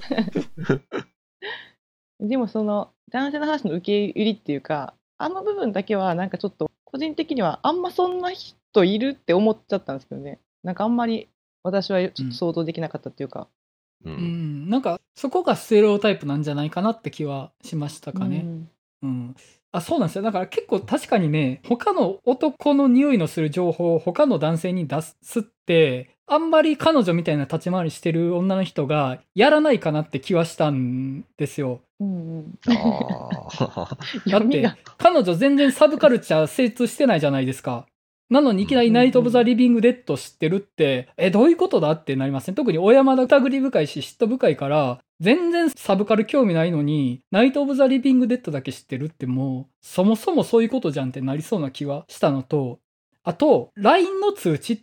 でもその男性の話の受け入りっていうか、あの部分だけはなんかちょっと個人的にはあんまそんな人いるって思っちゃったんですけどね。なんかあんまり私はちょっと想像できなかったっていうか。 う。 うんん、なんかそこがステレオタイプなんじゃないかなって気はしましたかね。 うんうん。あ、そうなんですよ。だから結構確かにね、他の男の匂いのする情報を他の男性に出すって、あんまり彼女みたいな立ち回りしてる女の人がやらないかなって気はしたんですよ。 うんうん、 ああ。 だって読みが、 彼女全然サブカルチャー精通してないじゃないですか。なのにいきなりナイト・オブ・ザ・リビング・デッド知ってるって、え、どういうことだってなりません？特に小山田疑り深いし嫉妬深いから、全然サブカル興味ないのに、ナイト・オブ・ザ・リビング・デッドだけ知ってるってもう、そもそもそういうことじゃんってなりそうな気はしたのと、あと、ライン の通知って、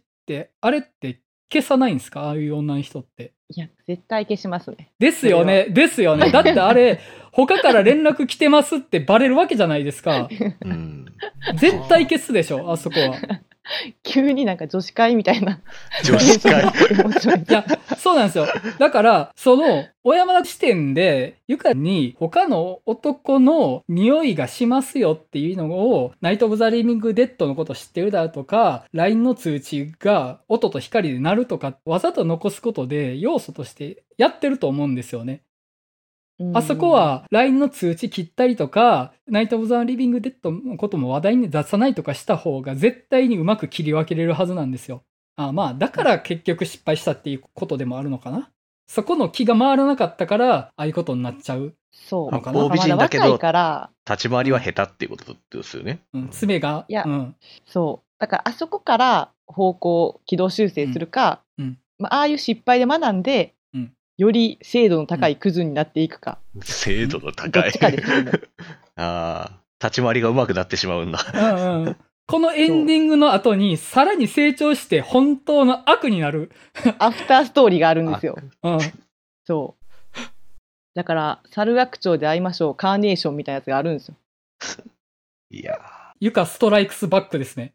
あれって消さないんですか？ああいう女の人って。 いや絶対消しますね。 ですよね。ですよね。だってあれ、他から連絡来てますってバレるわけじゃないですか。 うん。 絶対消すでしょ、あそこは。 急になんか女子会みたいな。 女子会。 面白いいや、そうなんですよ。だから、その、小山田視点で、ゆかに他の男の匂いがしますよっていうのを、ナイト・オブ・ザ・リビング・デッドのこと知ってるだとか、ライン の通知が音と光で鳴るとか、わざと残すことで要素としてやってると思うんですよね。あそこは ライン の通知切ったりとか、ナイト・オブ・ザ・リビング・デッドのことも話題に出さないとかした方が絶対にうまく切り分けれるはずなんですよ。あまあ、だから結局失敗したっていうことでもあるのかな。そこの気が回らなかったから、ああいうことになっちゃうそう。 のかな。 大美人だけどまだ若いから、 立ち回りは下手っていうことですよね。 うん、爪が。 いやうん。 そう。だからあそこから方向軌道修正するか、 うんうんまあ、ああいう失敗で学んで、 うんより精度の高いクズになっていくか、 精度のど高い。 っちかですよね。 ああ。立ち回りが上手くなってしまうんだ。 うんうん。このエンディングの後に、さらに成長して本当の悪になる。 アフターストーリーがあるんですよ。 うん。 そう。だから、猿楽町で会いましょう、カーネーションみたいなやつがあるんですよ。 いやゆかストライクスバックですね。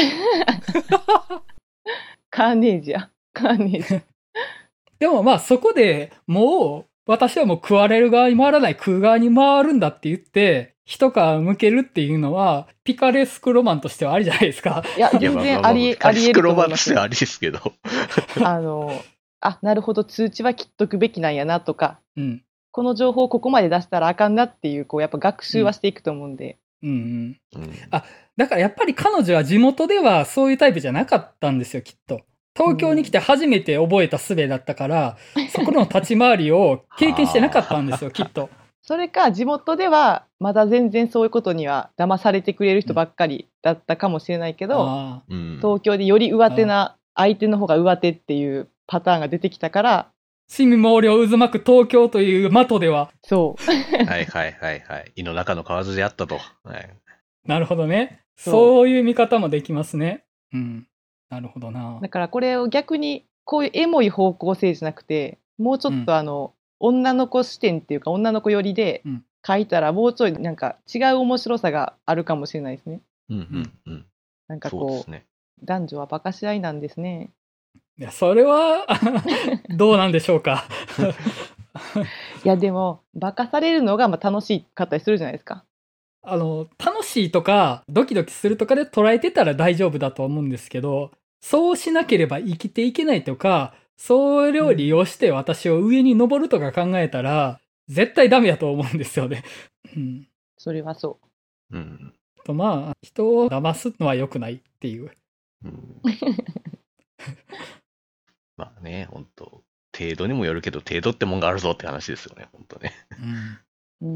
カーネージア。カーネージア。 でもまあそこでもう私はもう食われる側に回らない食う側に回るんだって言って一皮向けるっていうのはピカレスクロマンとしてはありじゃないですか。 いや、 ー。いや全まあまあまあ然あり、あカリスクりえるとロマンとして思いますよ。 はありですけど。 あの、あ、なるほど、通知は切っとくべきなんやなとか、 うん。 この情報をここまで出したらあかんなっていう、こう、やっぱ学習はしていくと思うんで。 うんうん。 うんだからやっぱり彼女は地元ではそういうタイプじゃなかったんですよ、きっと。東京に来て初めて覚えた術だったから、そこの立ち回りを経験してなかったんですよ、きっと。 それか、地元ではまだ全然そういうことには騙されてくれる人ばっかりだったかもしれないけど、 ああ。 うん東京でより上手な相手の方が上手っていうパターンが出てきたから、 趣味毛量渦巻く東京という的では。 そう。 はいはいはいはい。胃の中の蛙であったと。はい、 なるほどね。 そうそういう見方もできますね。うん。なるほどなだ。からこれを逆にこういうエモい方向性じゃなくて、もうちょっとあの、うん、女の子視点っていうか女の子寄りで書いたら、もうちょいなんか違う面白さがあるかもしれないですね。 うんうんうん。 なんかこう、うね、男女はバカし合いなんですね。 いや、それはどうなんでしょうか。 いやでもバカされるのがまあ楽しかったりするじゃないですか。 あの楽しいとかドキドキするとかで捉えてたら大丈夫だと思うんですけど、そうしなければ生きていけないとか、それを利用して私を上に登るとか考えたら、うん、絶対ダメだと思うんですよね。うん、 それはそう。 うん。 とまあ人を騙すのは良くないっていう。うん、 まあね、本当程度にもよるけど程度ってもんがあるぞって話ですよね、本当ね。 うん。うん、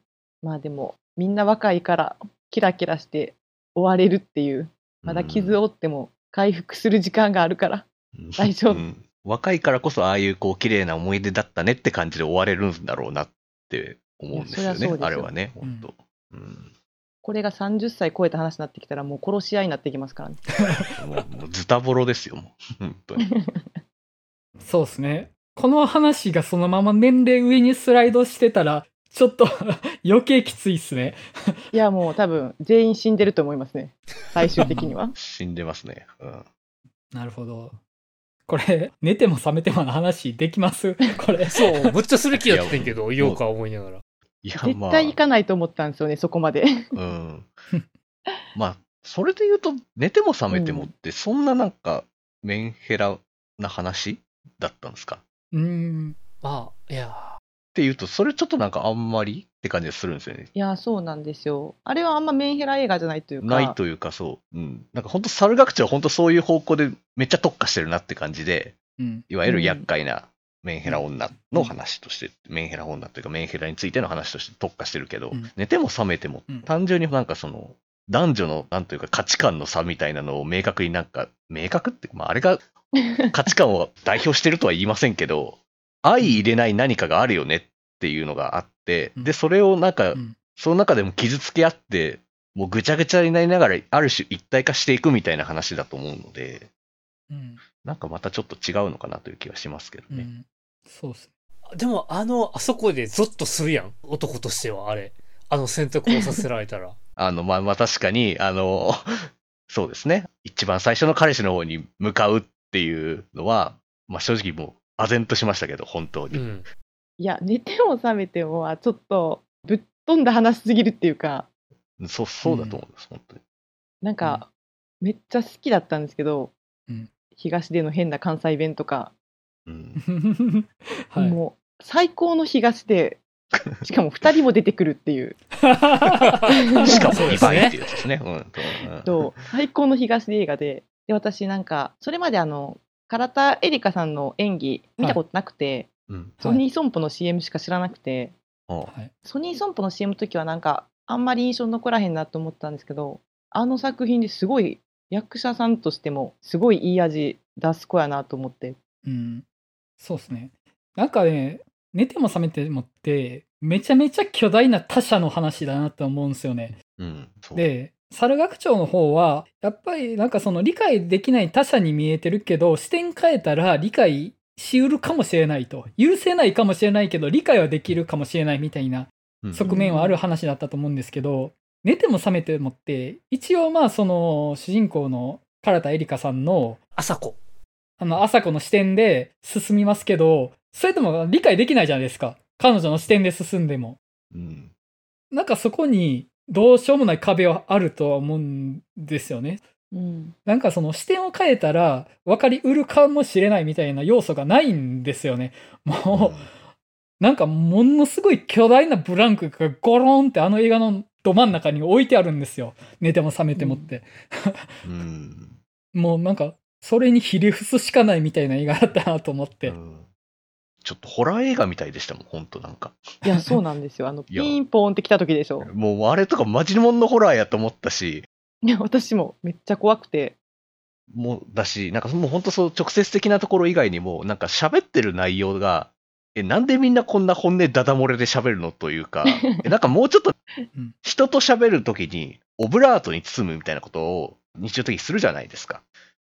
まあでもみんな若いからキラキラして終われるっていう、まだ傷を負っても回復する時間があるから大丈夫。うんうん、 若いからこそああいうこう綺麗な思い出だったねって感じで終われるんだろうなって思うんですよね。あれはね、本当。うん、 これがさんじゅっさい超えた話になってきたらもう殺し合いになってきますからね。 もうもうズタボロですよ、もう本当に。 そうですね。この話がそのまま年齢上にスライドしてたらちょっと余計きついっすね。 いやもう多分全員死んでると思いますね、最終的には。 死んでますね。うん、 なるほど。これ寝ても覚めてもの話できます？これそうむっちゃする気やってんけど言おうか思いながら。 いや絶対行かないと思ったんですよね、そこまで。 うん。まあそれで言うと寝ても覚めてもってそんななんかメンヘラな話だったんですか？ うーん。 まあいや。 っていうとそれちょっとなんかあんまりって感じがするんですよね。 いやそうなんですよ。あれはあんまメンヘラ映画じゃないというか。 ないというかそう。うん。なんか本当猿学長は本当そういう方向でめっちゃ特化してるなって感じで、うん、いわゆる厄介なメンヘラ女の話として、うん、メンヘラ女というかメンヘラについての話として特化してるけど、うん、寝ても覚めても、うん、単純になんかその男女のなんというか価値観の差みたいなのを明確になんか明確ってまああれが価値観を代表してるとは言いませんけど。相入れない何かがあるよねっていうのがあって、で、それをなんか、うん、その中でも傷つけ合って、もうぐちゃぐちゃになりながら、ある種一体化していくみたいな話だと思うので、うん、なんかまたちょっと違うのかなという気はしますけどね。うん、 そうっす。 でも、あの、あそこでゾッとするやん。男としては、あれ。あの選択をさせられたら。 あの、まあまあ確かに、あの、そうですね。一番最初の彼氏の方に向かうっていうのは、まあ正直もう、唖然としましたけど、本当に。うん、 いや、寝ても覚めてもは、ちょっと、ぶっ飛んだ話すぎるっていうか。 そう、そうだと思います、うん、本当に。 なんか、うん、めっちゃ好きだったんですけど、うん、東での変な関西弁とか。うん、はい、もう、最高の東で、しかもふたりも出てくるっていう。 しかもにばいっていうやつですね。うん、 と最高の東で映画で、で、私なんか、それまであの、唐田エリカさんの演技見たことなくて、はいうん、ソニー損保の シーエム しか知らなくて、はい、ソニー損保の シーエム の時はなんかあんまり印象残らへんなと思ったんですけど、あの作品ですごい役者さんとしてもすごいいい味出す子やなと思って。 うん、そうですね。なんかね、寝ても覚めてもってめちゃめちゃ巨大な他者の話だなと思うんですよね。うん、で猿学長の方はやっぱりなんかその理解できない他者に見えてるけど、視点変えたら理解しうるかもしれないと、許せないかもしれないけど理解はできるかもしれないみたいな側面はある話だったと思うんですけど、うん、寝ても覚めてもって一応まあその主人公の唐田エリカさんの朝子あの朝子の視点で進みますけど、それでも理解できないじゃないですか、彼女の視点で進んでも、うん、なんかそこにどうしようもない壁はあるとは思うんですよね。うん、なんかその視点を変えたら分かりうるかもしれないみたいな要素がないんですよね。もう、うん、なんかものすごい巨大なブランクがゴローンってあの映画のど真ん中に置いてあるんですよ。寝ても覚めてもって。うん、もうなんかそれにひれ伏すしかないみたいな映画だったなと思って。うんちょっとホラー映画みたいでしたもん、ほんとなんか。 いや、そうなんですよ。あの、ピンポーンって来た時でしょ。 もうあれとかマジモンのホラーやと思ったし。 いや、私もめっちゃ怖くて。 もうだし、なんかもうほんとそう直接的なところ以外にも、なんか喋ってる内容が、え、なんでみんなこんな本音ダダ漏れで喋るのというか、えなんかもうちょっと人と喋るときにオブラートに包むみたいなことを日常的にするじゃないですか。え、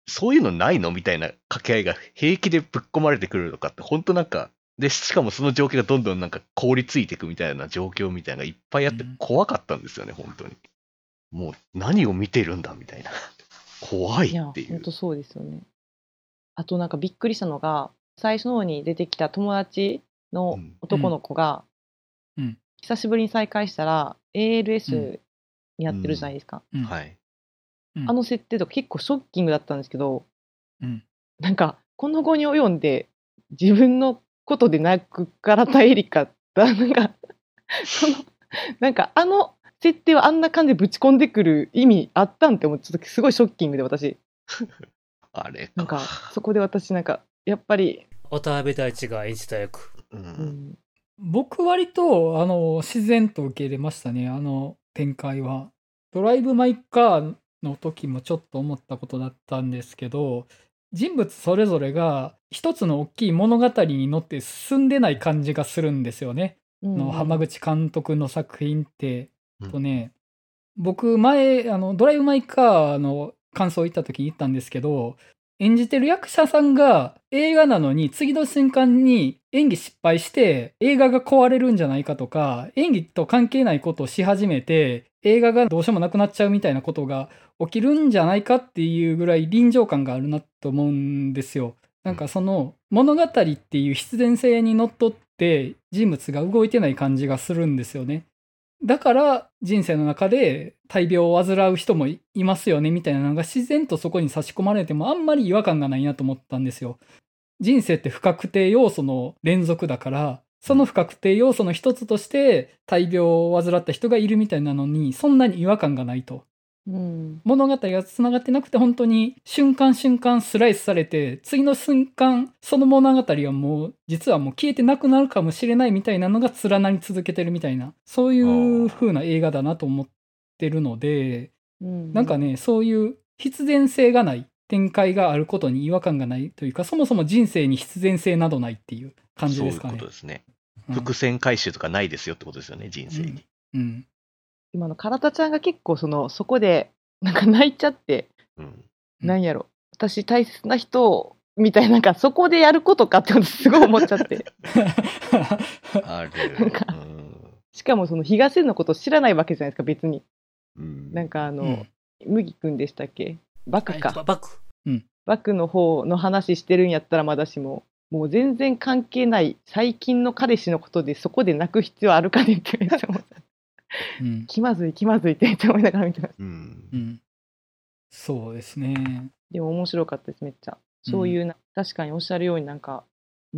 そういうのないのみたいな掛け合いが平気でぶっ込まれてくるのかって、本当なんか、で、しかもその状況がどんどんなんか凍りついていくみたいな状況みたいなのがいっぱいあって怖かったんですよね、本当に。もう何を見てるんだみたいな。怖いいやっていう。 本当そうですよね。あとなんかびっくりしたのが、最初の方に出てきた友達の男の子が、 うんうん久しぶりに再会したら エーエルエス にやってるじゃないですか、 うんはい。 あの設定とか結構ショッキングだったんですけど、 うんなんかこの後に及んで自分のことでなく唐田エリカがなんかそのなんかあの設定はあんな感じでぶち込んでくる意味あったんって思って、ちょっとすごいショッキングで、私あれか。 なんかそこで私なんかやっぱり、 渡辺大地が演じた役。 う。 うんん、 僕割とあの自然と受け入れましたね、あの展開は。ドライブ・マイ・カーの時もちょっと思ったことだったんですけど、人物それぞれが一つの大きい物語に乗って進んでない感じがするんですよね。 うんの浜口監督の作品ってうんとね、僕前あのドライブ・マイ・カーの感想を言った時に言ったんですけど、演じてる役者さんが映画なのに次の瞬間に演技失敗して映画が壊れるんじゃないかとか、演技と関係ないことをし始めて映画がどうしようもなくなっちゃうみたいなことが起きるんじゃないかっていうぐらい臨場感があるなと思うんですよ。なんかその物語っていう必然性にのっとって人物が動いてない感じがするんですよね。だから人生の中で大病を患う人もいますよねみたいなのが自然とそこに差し込まれてもあんまり違和感がないなと思ったんですよ。人生って不確定要素の連続だから、その不確定要素の一つとして大病を患った人がいるみたいなのにそんなに違和感がないと。 うん、 物語がつながってなくて本当に瞬間瞬間スライスされて、次の瞬間その物語はもう実はもう消えてなくなるかもしれないみたいなのが連なり続けてるみたいな、そういう風な映画だなと思ってるので、 うん、 なんかね、そういう必然性がない展開があることに違和感がないというか、そもそも人生に必然性などないっていう感じですかね。 そういうことですね。 うん伏線回収とかないですよってことですよね、人生に。 うんうん今の唐田ちゃんが結構そのそこでなんか泣いちゃって、 うん。 うんなんやろ、私大切な人をみたいな、なんかそこでやることかってことすごい思っちゃってある。 なんかうんしかもその東のこと知らないわけじゃないですか、別に。 うんなんかあの、 うん麦くんでしたっけ、バクか、 ババク。 バクの方の話してるんやったらまだしも、もう全然関係ない最近の彼氏のことでそこで泣く必要あるかねってめっちゃ思ったうん気まずい気まずいってめっちゃ思いながら見てます。 うんうんそうですね。 でも面白かったです、めっちゃ。そういうな、確かにおっしゃるようになんか、うん、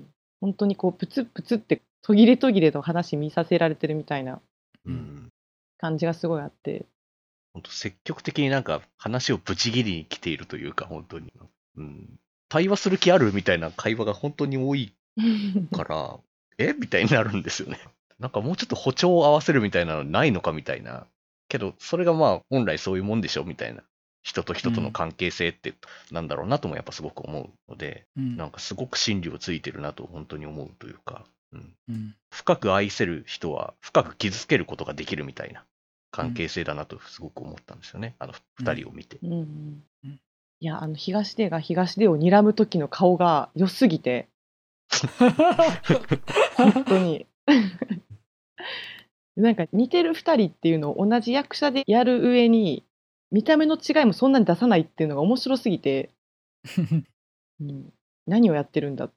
本当にこうプツプツって途切れ途切れの話見させられてるみたいなうん感じがすごいあって、 本当積極的になんか話をブチ切りに来ているというか、本当に。うん、対話する気あるみたいな会話が本当に多いから、えみたいになるんですよね。なんかもうちょっと歩調を合わせるみたいなのないのかみたいな。けど、それがまあ本来そういうもんでしょみたいな。人と人との関係性ってなんだろうなともやっぱすごく思うので、 うんなんかすごく真理をついてるなと本当に思うというか、うん、 うん深く愛せる人は深く傷つけることができるみたいな関係性だなとすごく思ったんですよね。あの二人を見て。 うんうんうんいや、あの東出が東出を睨む時の顔が良すぎて、本当になんか似てるふたりっていうのを同じ役者でやる上に見た目の違いもそんなに出さないっていうのが面白すぎて、うん、何をやってるんだ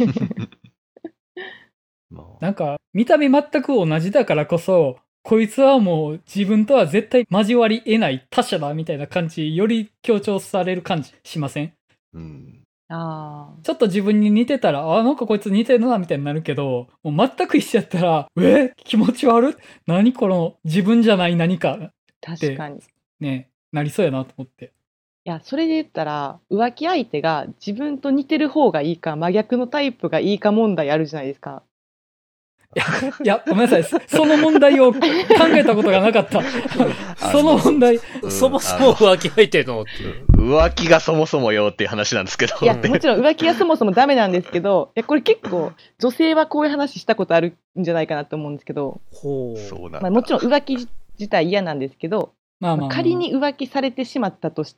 まあなんか見た目全く同じだからこそ、こいつはもう自分とは絶対交わり得ない他者だみたいな感じ、より強調される感じしません？ うんあちょっと自分に似てたら、あ、なんかこいつ似てるなみたいになるけど、もう全く一緒やったら、え気持ち悪い、何この自分じゃない何かー確かに。いね、なりそうやなと思って。 や、それで言ったら浮気相手が自分と似てる方がいいか真逆のタイプがいいか問題あるじゃないですか。 いや、いやごめんなさい。その問題を考えたことがなかった。その問題。 うんそもそも浮気相手のっていう。 浮気がそもそもよっていう話なんですけど。 いや、 うんもちろん浮気はそもそもダメなんですけど、いやこれ結構女性はこういう話したことあるんじゃないかなと思うんですけど、 ほう。 そうなんだ。 まあ、もちろん浮気自体嫌なんですけど、 まあまあまあ、 仮に浮気されてしまったとしたら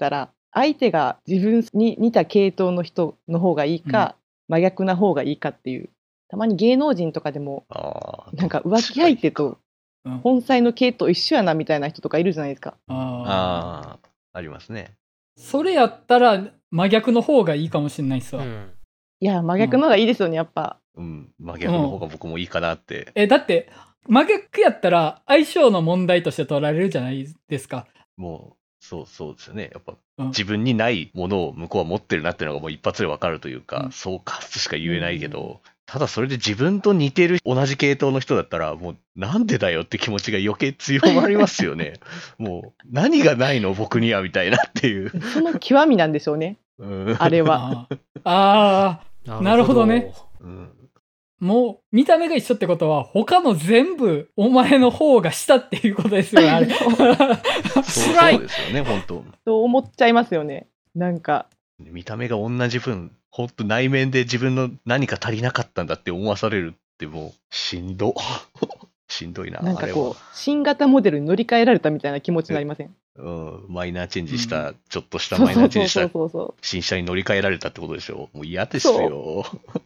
相手が自分に似た系統の人の方がいいか、うん、真逆な方がいいかっていう。たまに芸能人とかでもなんか浮気相手と本妻の系統一緒やなみたいな人とかいるじゃないですか。 ああ、ありますね。 それやったら真逆の方がいいかもしれないっすわ、うん、 いや真逆の方がいいですよね、やっぱ。 うん、真逆の方が僕もいいかなって、 うん、えだって真逆やったら相性の問題として取られるじゃないですか。 もうそうそうですよね。やっぱ、うん、自分にないものを向こうは持ってるなっていうのがもう一発でわかるというか、うん、そうかとしか言えないけど、うん、ただそれで自分と似てる同じ系統の人だったらもうなんでだよって気持ちが余計強まりますよね。もう何がないの僕にはみたいなっていう。 その極みなんでしょうね。うん、あれは。 ああ、なるほどね。うんもう見た目が一緒ってことは他の全部お前の方が下っていうことですよね。あれそうですよね本当。 そう思っちゃいますよね。なんか見た目が同じ分本当内面で自分の何か足りなかったんだって思わされるってもうしんどしんどいな。 なんかこう新型モデルに乗り換えられたみたいな気持ちになりません？ うん、マイナーチェンジした、うん、ちょっとしたマイナーチェンジした新車に乗り換えられたってことでしょ。もう嫌ですよ。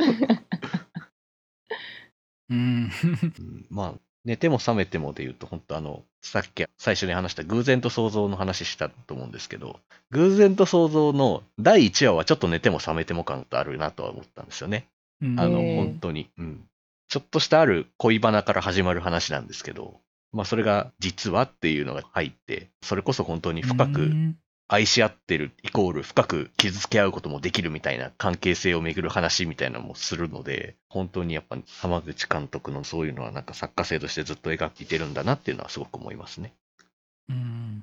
うん、まあ寝ても覚めてもで言うと本当あのさっき最初に話した偶然と想像の話したと思うんですけど、偶然と想像のだいいちわはちょっと寝ても覚めても感とあるなとは思ったんですよね。うん、あの本当に、うん、ちょっとしたある恋バナから始まる話なんですけど、まあそれが実はっていうのが入って、それこそ本当に深く愛し合ってるイコール深く傷つけ合うこともできるみたいな関係性をめぐる話みたいなのもするので、本当にやっぱ浜口監督のそういうのはなんか作家性としてずっと描いてるんだなっていうのはすごく思いますね。 うん、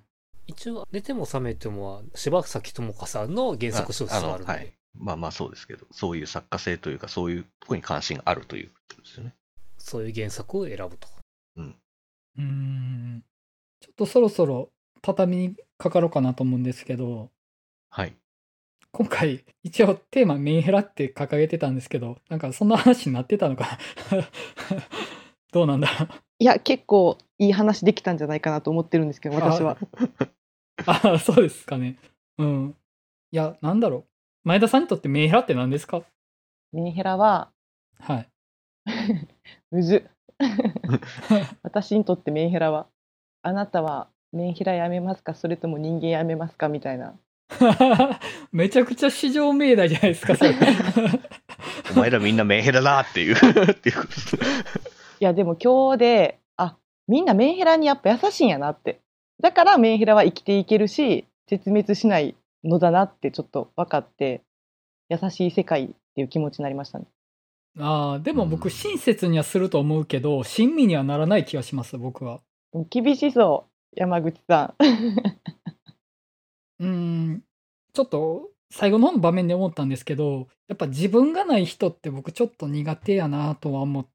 一応寝ても覚めてもは柴咲友香さんの原作小説があるので、はい、 まあまあそうですけど、そういう作家性というかそういうところに関心があるということですよね。 そういう原作を選ぶと。 うん。うーん。ちょっとそろそろ畳にかかろうかなと思うんですけど、 はい。 今回一応テーマメンヘラって掲げてたんですけど、なんかそんな話になってたのかなどうなんだろう。 いや結構いい話できたんじゃないかなと思ってるんですけど、私は。 ああ、そうですかね。うん。いやなんだろう。前田さんにとってメンヘラって何ですか？ メンヘラは、 はい。 むず私にとってメンヘラは、あなたはメンヘラやめますか、それとも人間やめますかみたいな。 めちゃくちゃ至上命題じゃないですかそれ。 お前らみんなメンヘラだっていうっていう。いやでも今日で、あ、みんなメンヘラにやっぱ優しいんやなって、だからメンヘラは生きていけるし絶滅しないのだなってちょっと分かって、優しい世界っていう気持ちになりましたね。 ああ、でも僕親切にはすると思うけど、親身にはならない気がします僕は。 厳しそう山口さん。 うーん、ちょっと最後の方の場面で思ったんですけど、やっぱ自分がない人って僕ちょっと苦手やなとは思って、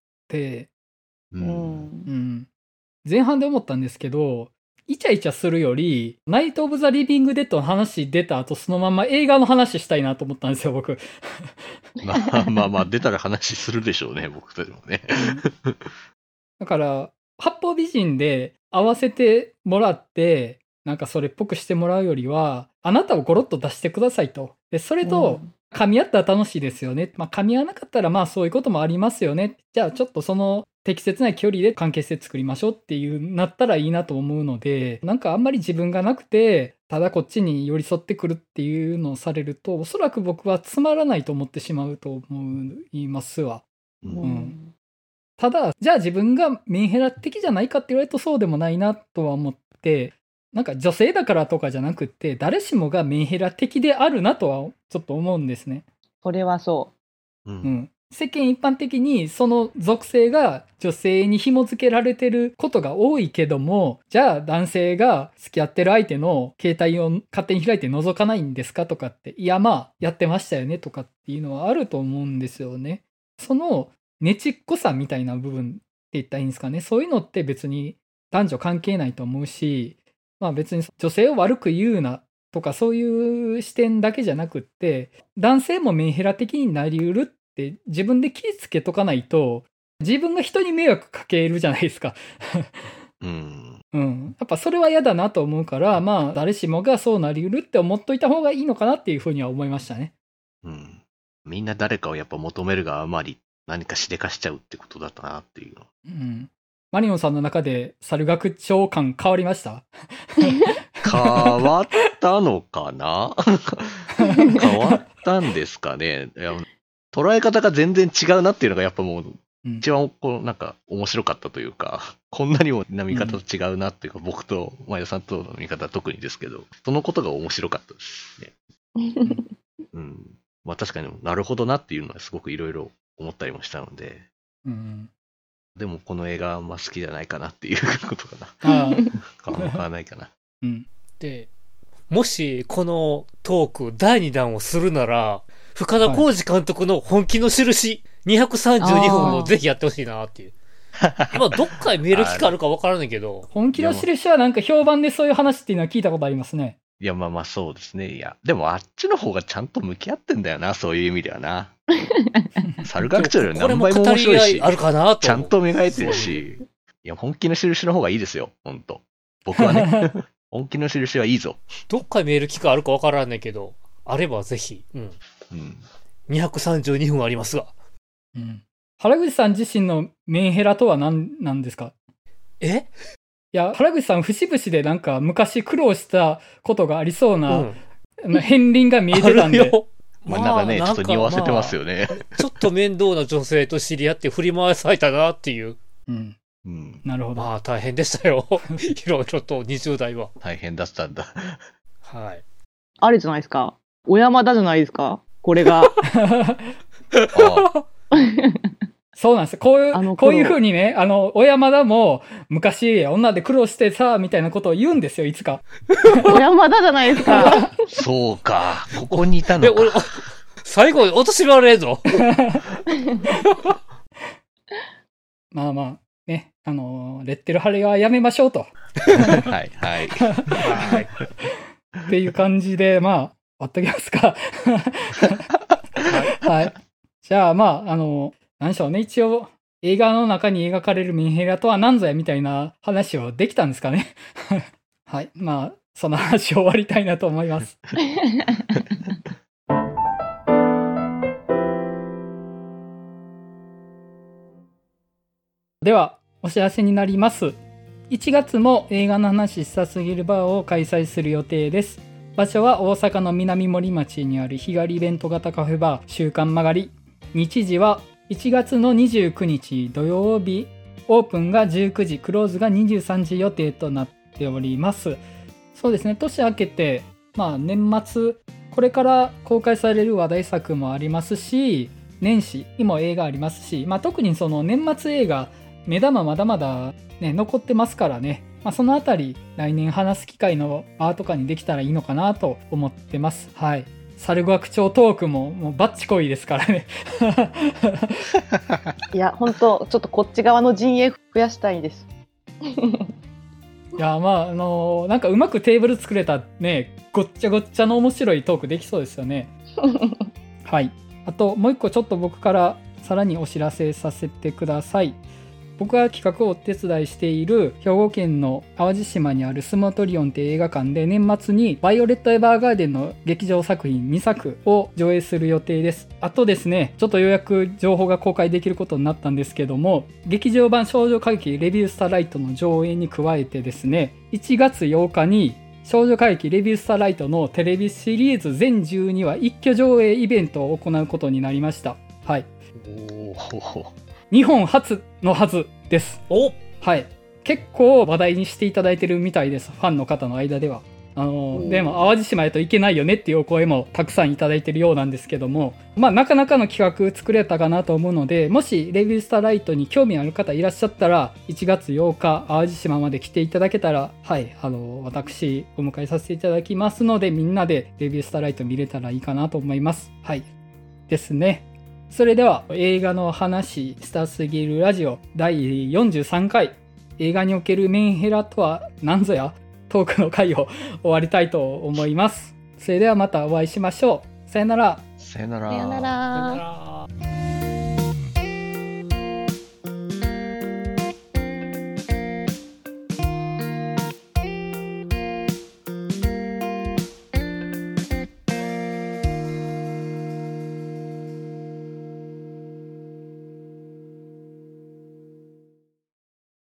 うん、うん、 前半で思ったんですけど、イチャイチャするよりナイト・オブ・ザ・リビング・デッドの話出た後そのまま映画の話したいなと思ったんですよ僕。 まあまあまあ出たら話するでしょうね僕たちもね。 だから八方美人で合わせてもらってなんかそれっぽくしてもらうよりは、あなたをゴロッと出してくださいと。でそれと噛み合ったら楽しいですよね。まあ噛み合わなかったらまあそういうこともありますよね。じゃあちょっとその適切な距離で関係性作りましょうっていうなったらいいなと思うので、なんかあんまり自分がなくてただこっちに寄り添ってくるっていうのをされると、おそらく僕はつまらないと思ってしまうと思いますわ。うん、うん、ただじゃあ自分がメンヘラ的じゃないかって言われるとそうでもないなとは思って、なんか女性だからとかじゃなくって誰しもがメンヘラ的であるなとはちょっと思うんですね。 これはそう、 うんうん、世間一般的にその属性が女性に紐付けられてることが多いけども、じゃあ男性が付き合ってる相手の携帯を勝手に開いて覗かないんですかとかって、いやまあやってましたよねとかっていうのはあると思うんですよね。そのねちっこさみたいな部分って言ったらいいんですかね。そういうのって別に男女関係ないと思うし、まあ別に女性を悪く言うなとかそういう視点だけじゃなくって、男性もメンヘラ的になりうるって自分で気ぃつけとかないと、自分が人に迷惑かけるじゃないですか。 うん。 うん。やっぱそれは嫌だなと思うから、まあ、誰しもがそうなりうるって思っといた方がいいのかなっていうふうには思いましたね。 うん。みんな誰かをやっぱ求めるがあまり何かしでかしちゃうってことだったなっていうの。 うん。マリオンさんの中で猿学長感変わりました？ 変わったのかな変わったんですかね。いや、捉え方が全然違うなっていうのがやっぱもううん一番こうなんか面白かったというか、こんなにもな見方と違うなっていうか、僕と前田さんとの見方は特にですけど、そのことが面白かったですね。うん。まあ確かになるほどなっていうのはすごくいろいろ思ったりもしたので、 うん。 でもこの映画はあんま好きじゃないかなっていうことかな。 ああ。 変わ変わらないかな。 うん。 で、もしこのトークだいにだんをするなら、深田浩二監督の本気の印、にひゃくさんじゅうにふんをぜひやってほしいなっていう。今どっかで見える機会あるか分からないけど。 本気の印はなんか評判でそういう話っていうのは聞いたことありますね。 いや、まあまあそうですね。いや、でもあっちの方がちゃんと向き合ってんだよな、そういう意味ではな。猿学長より何倍も面白いし、 あるかなとちゃんと磨いてるし、いや、本気の印の方がいいですよ、ほんと。僕はね、本気の印はいいぞ。 どっかで見える機会あるか分からないけど、あればぜひ、うん。 うん。 にひゃくさんじゅうにふんありますが。 うん。原口さん自身のメンヘラとは何なんですか？ えいや、原口さん節々でなんか昔苦労したことがありそうな、 うんまあ片鱗が見えてたんで。 まあなんかね、ちょっと匂わせてますよね。 まあちょっと面倒な女性と知り合って振り回されたなっていう。 うん。 うん。 なるほど。 まあ大変でしたよ。いろいろとにじゅう代は。 大変だったんだ。 はい。 あれじゃないですか。小山田じゃないですか。これが。 あそうなんです。こういう、 あの頃こういう風にね、あの、小山田も昔女で苦労してさ、みたいなことを言うんですよ、いつか。 小山田じゃないですか。 そうか。ここにいたえ、 の俺か。、 最後に落としまれんぞ。 まあまあ、ね、あのーレッテル貼りはやめましょうと。 はい、はい。 はい。 っていう感じで、まあ、終わっときますか。はい。じゃあ、まあ、あの、なんでしょうね。一応、映画の中に描かれるメンヘラとは何ぞやみたいな話はできたんですかね。はい。まあ、その話を終わりたいなと思います。では、お知らせになります。いちがつも映画の話したすぎるバーを開催する予定です。場所は大阪の南森町にある日帰りイベント型カフェバー週刊曲がり。日時はいちがつのにじゅうくにち土曜日、オープンがじゅうくじ、クローズがにじゅうさんじ予定となっております。そうですね、年明けて、まあ年末、これから公開される話題作もありますし、年始にも映画ありますし、まあ特にその年末映画、目玉まだまだね、残ってますからね。まあ、そのあたり来年話す機会の場とかにできたらいいのかなと思ってます。はい。猿学長トークももうバッチコイですからね。 いや、本当ちょっとこっち側の陣営増やしたいです。 いや、まあ、あのーなんかうまくテーブル作れたね、ごっちゃごっちゃの面白いトークできそうですよね。はい。あと、もう一個ちょっと僕からさらにお知らせさせてください。僕が企画をお手伝いしている兵庫県の淡路島にあるスモトリオンっていう映画館で年末にバイオレット・エヴァーガーデンの劇場作品にさくを上映する予定です。あとですね、ちょっとようやく情報が公開できることになったんですけども、劇場版少女歌劇レビュースターライトの上映に加えてですね、いちがつようかに少女歌劇レビュースターライトのテレビシリーズ全じゅうにわ一挙上映イベントを行うことになりました。はい。 おー日本初のはずです。 おはい。結構話題にしていただいてるみたいです。ファンの方の間では。あの、でも淡路島へといけないよねっていうお声もたくさんいただいてるようなんですけども、まあなかなかの企画作れたかなと思うので、もしレビュースターライトに興味ある方いらっしゃったら、いちがつようか淡路島まで来ていただけたら、はい、あの、私お迎えさせていただきますので、みんなでレビュースターライト見れたらいいかなと思います。はい。ですね。それでは映画の話したすぎるラジオだいよんじゅうさんかい、映画におけるメンヘラとは何ぞやトークの回を終わりたいと思います。それではまたお会いしましょう。さよなら。 さよなら。 さよなら。 さよなら。